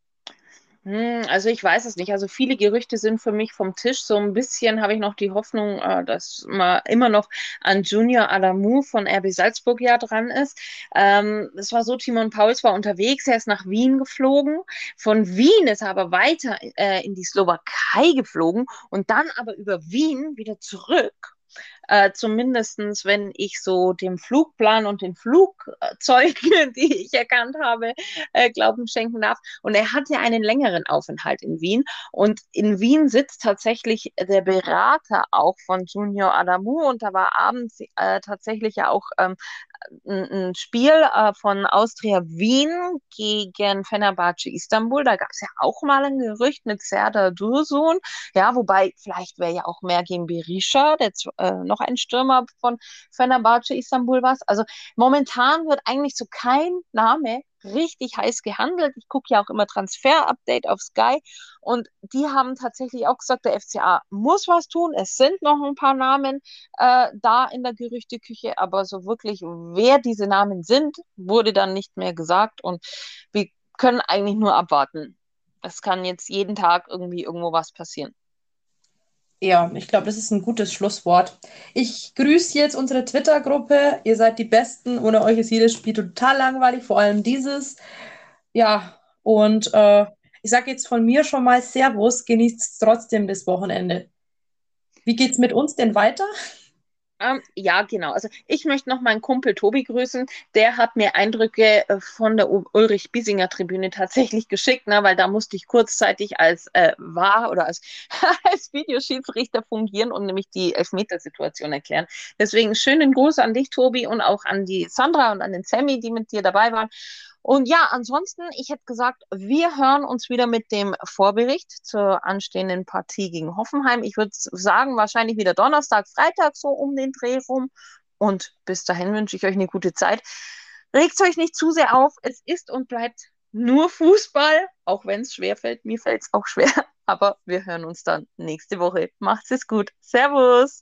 Hm, also ich weiß es nicht. Also viele Gerüchte sind für mich vom Tisch. So ein bisschen habe ich noch die Hoffnung, äh, dass man immer noch an Junior Adamu von R B Salzburg ja dran ist. Ähm, es war so, Timon Pauls war unterwegs, er ist nach Wien geflogen. Von Wien ist er aber weiter äh, in die Slowakei geflogen und dann aber über Wien wieder zurück. Äh, zumindestens, wenn ich so dem Flugplan und den Flugzeugen, die ich erkannt habe, äh, Glauben schenken darf. Und er hat ja einen längeren Aufenthalt in Wien. Und in Wien sitzt tatsächlich der Berater auch von Junior Adamu. Und da war abends äh, tatsächlich ja auch ähm, ein, ein Spiel äh, von Austria Wien gegen Fenerbahce Istanbul. Da gab es ja auch mal ein Gerücht mit Serdar Dursun. Ja, wobei vielleicht wäre ja auch Mergin Berisha, der äh, noch ein Stürmer von Fenerbahce Istanbul war. Also momentan wird eigentlich so kein Name richtig heiß gehandelt. Ich gucke ja auch immer Transfer-Update auf Sky und die haben tatsächlich auch gesagt, der F C A muss was tun. Es sind noch ein paar Namen äh, da in der Gerüchteküche, aber so wirklich, wer diese Namen sind, wurde dann nicht mehr gesagt und wir können eigentlich nur abwarten. Es kann jetzt jeden Tag irgendwie irgendwo was passieren. Ja, ich glaube, das ist ein gutes Schlusswort. Ich grüße jetzt unsere Twitter-Gruppe. Ihr seid die Besten. Ohne euch ist jedes Spiel total langweilig, vor allem dieses. Ja, und äh, ich sage jetzt von mir schon mal Servus, genießt trotzdem das Wochenende. Wie geht's mit uns denn weiter? Ähm, ja, genau. Also ich möchte noch meinen Kumpel Tobi grüßen. Der hat mir Eindrücke äh, von der U- Ulrich-Biesinger-Tribüne tatsächlich geschickt, ne, weil da musste ich kurzzeitig als äh, War- oder als, als Videoschiedsrichter fungieren und nämlich die Elfmetersituation erklären. Deswegen schönen Gruß an dich, Tobi, und auch an die Sandra und an den Sammy, die mit dir dabei waren. Und ja, ansonsten, ich hätte gesagt, wir hören uns wieder mit dem Vorbericht zur anstehenden Partie gegen Hoffenheim. Ich würde sagen, wahrscheinlich wieder Donnerstag, Freitag so um den Dreh rum. Und bis dahin wünsche ich euch eine gute Zeit. Regt euch nicht zu sehr auf. Es ist und bleibt nur Fußball, auch wenn es schwer fällt. Mir fällt es auch schwer. Aber wir hören uns dann nächste Woche. Macht's es gut. Servus.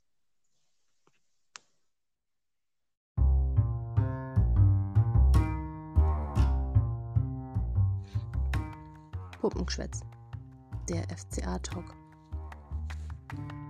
Puppengeschwätz, der F C A-Talk.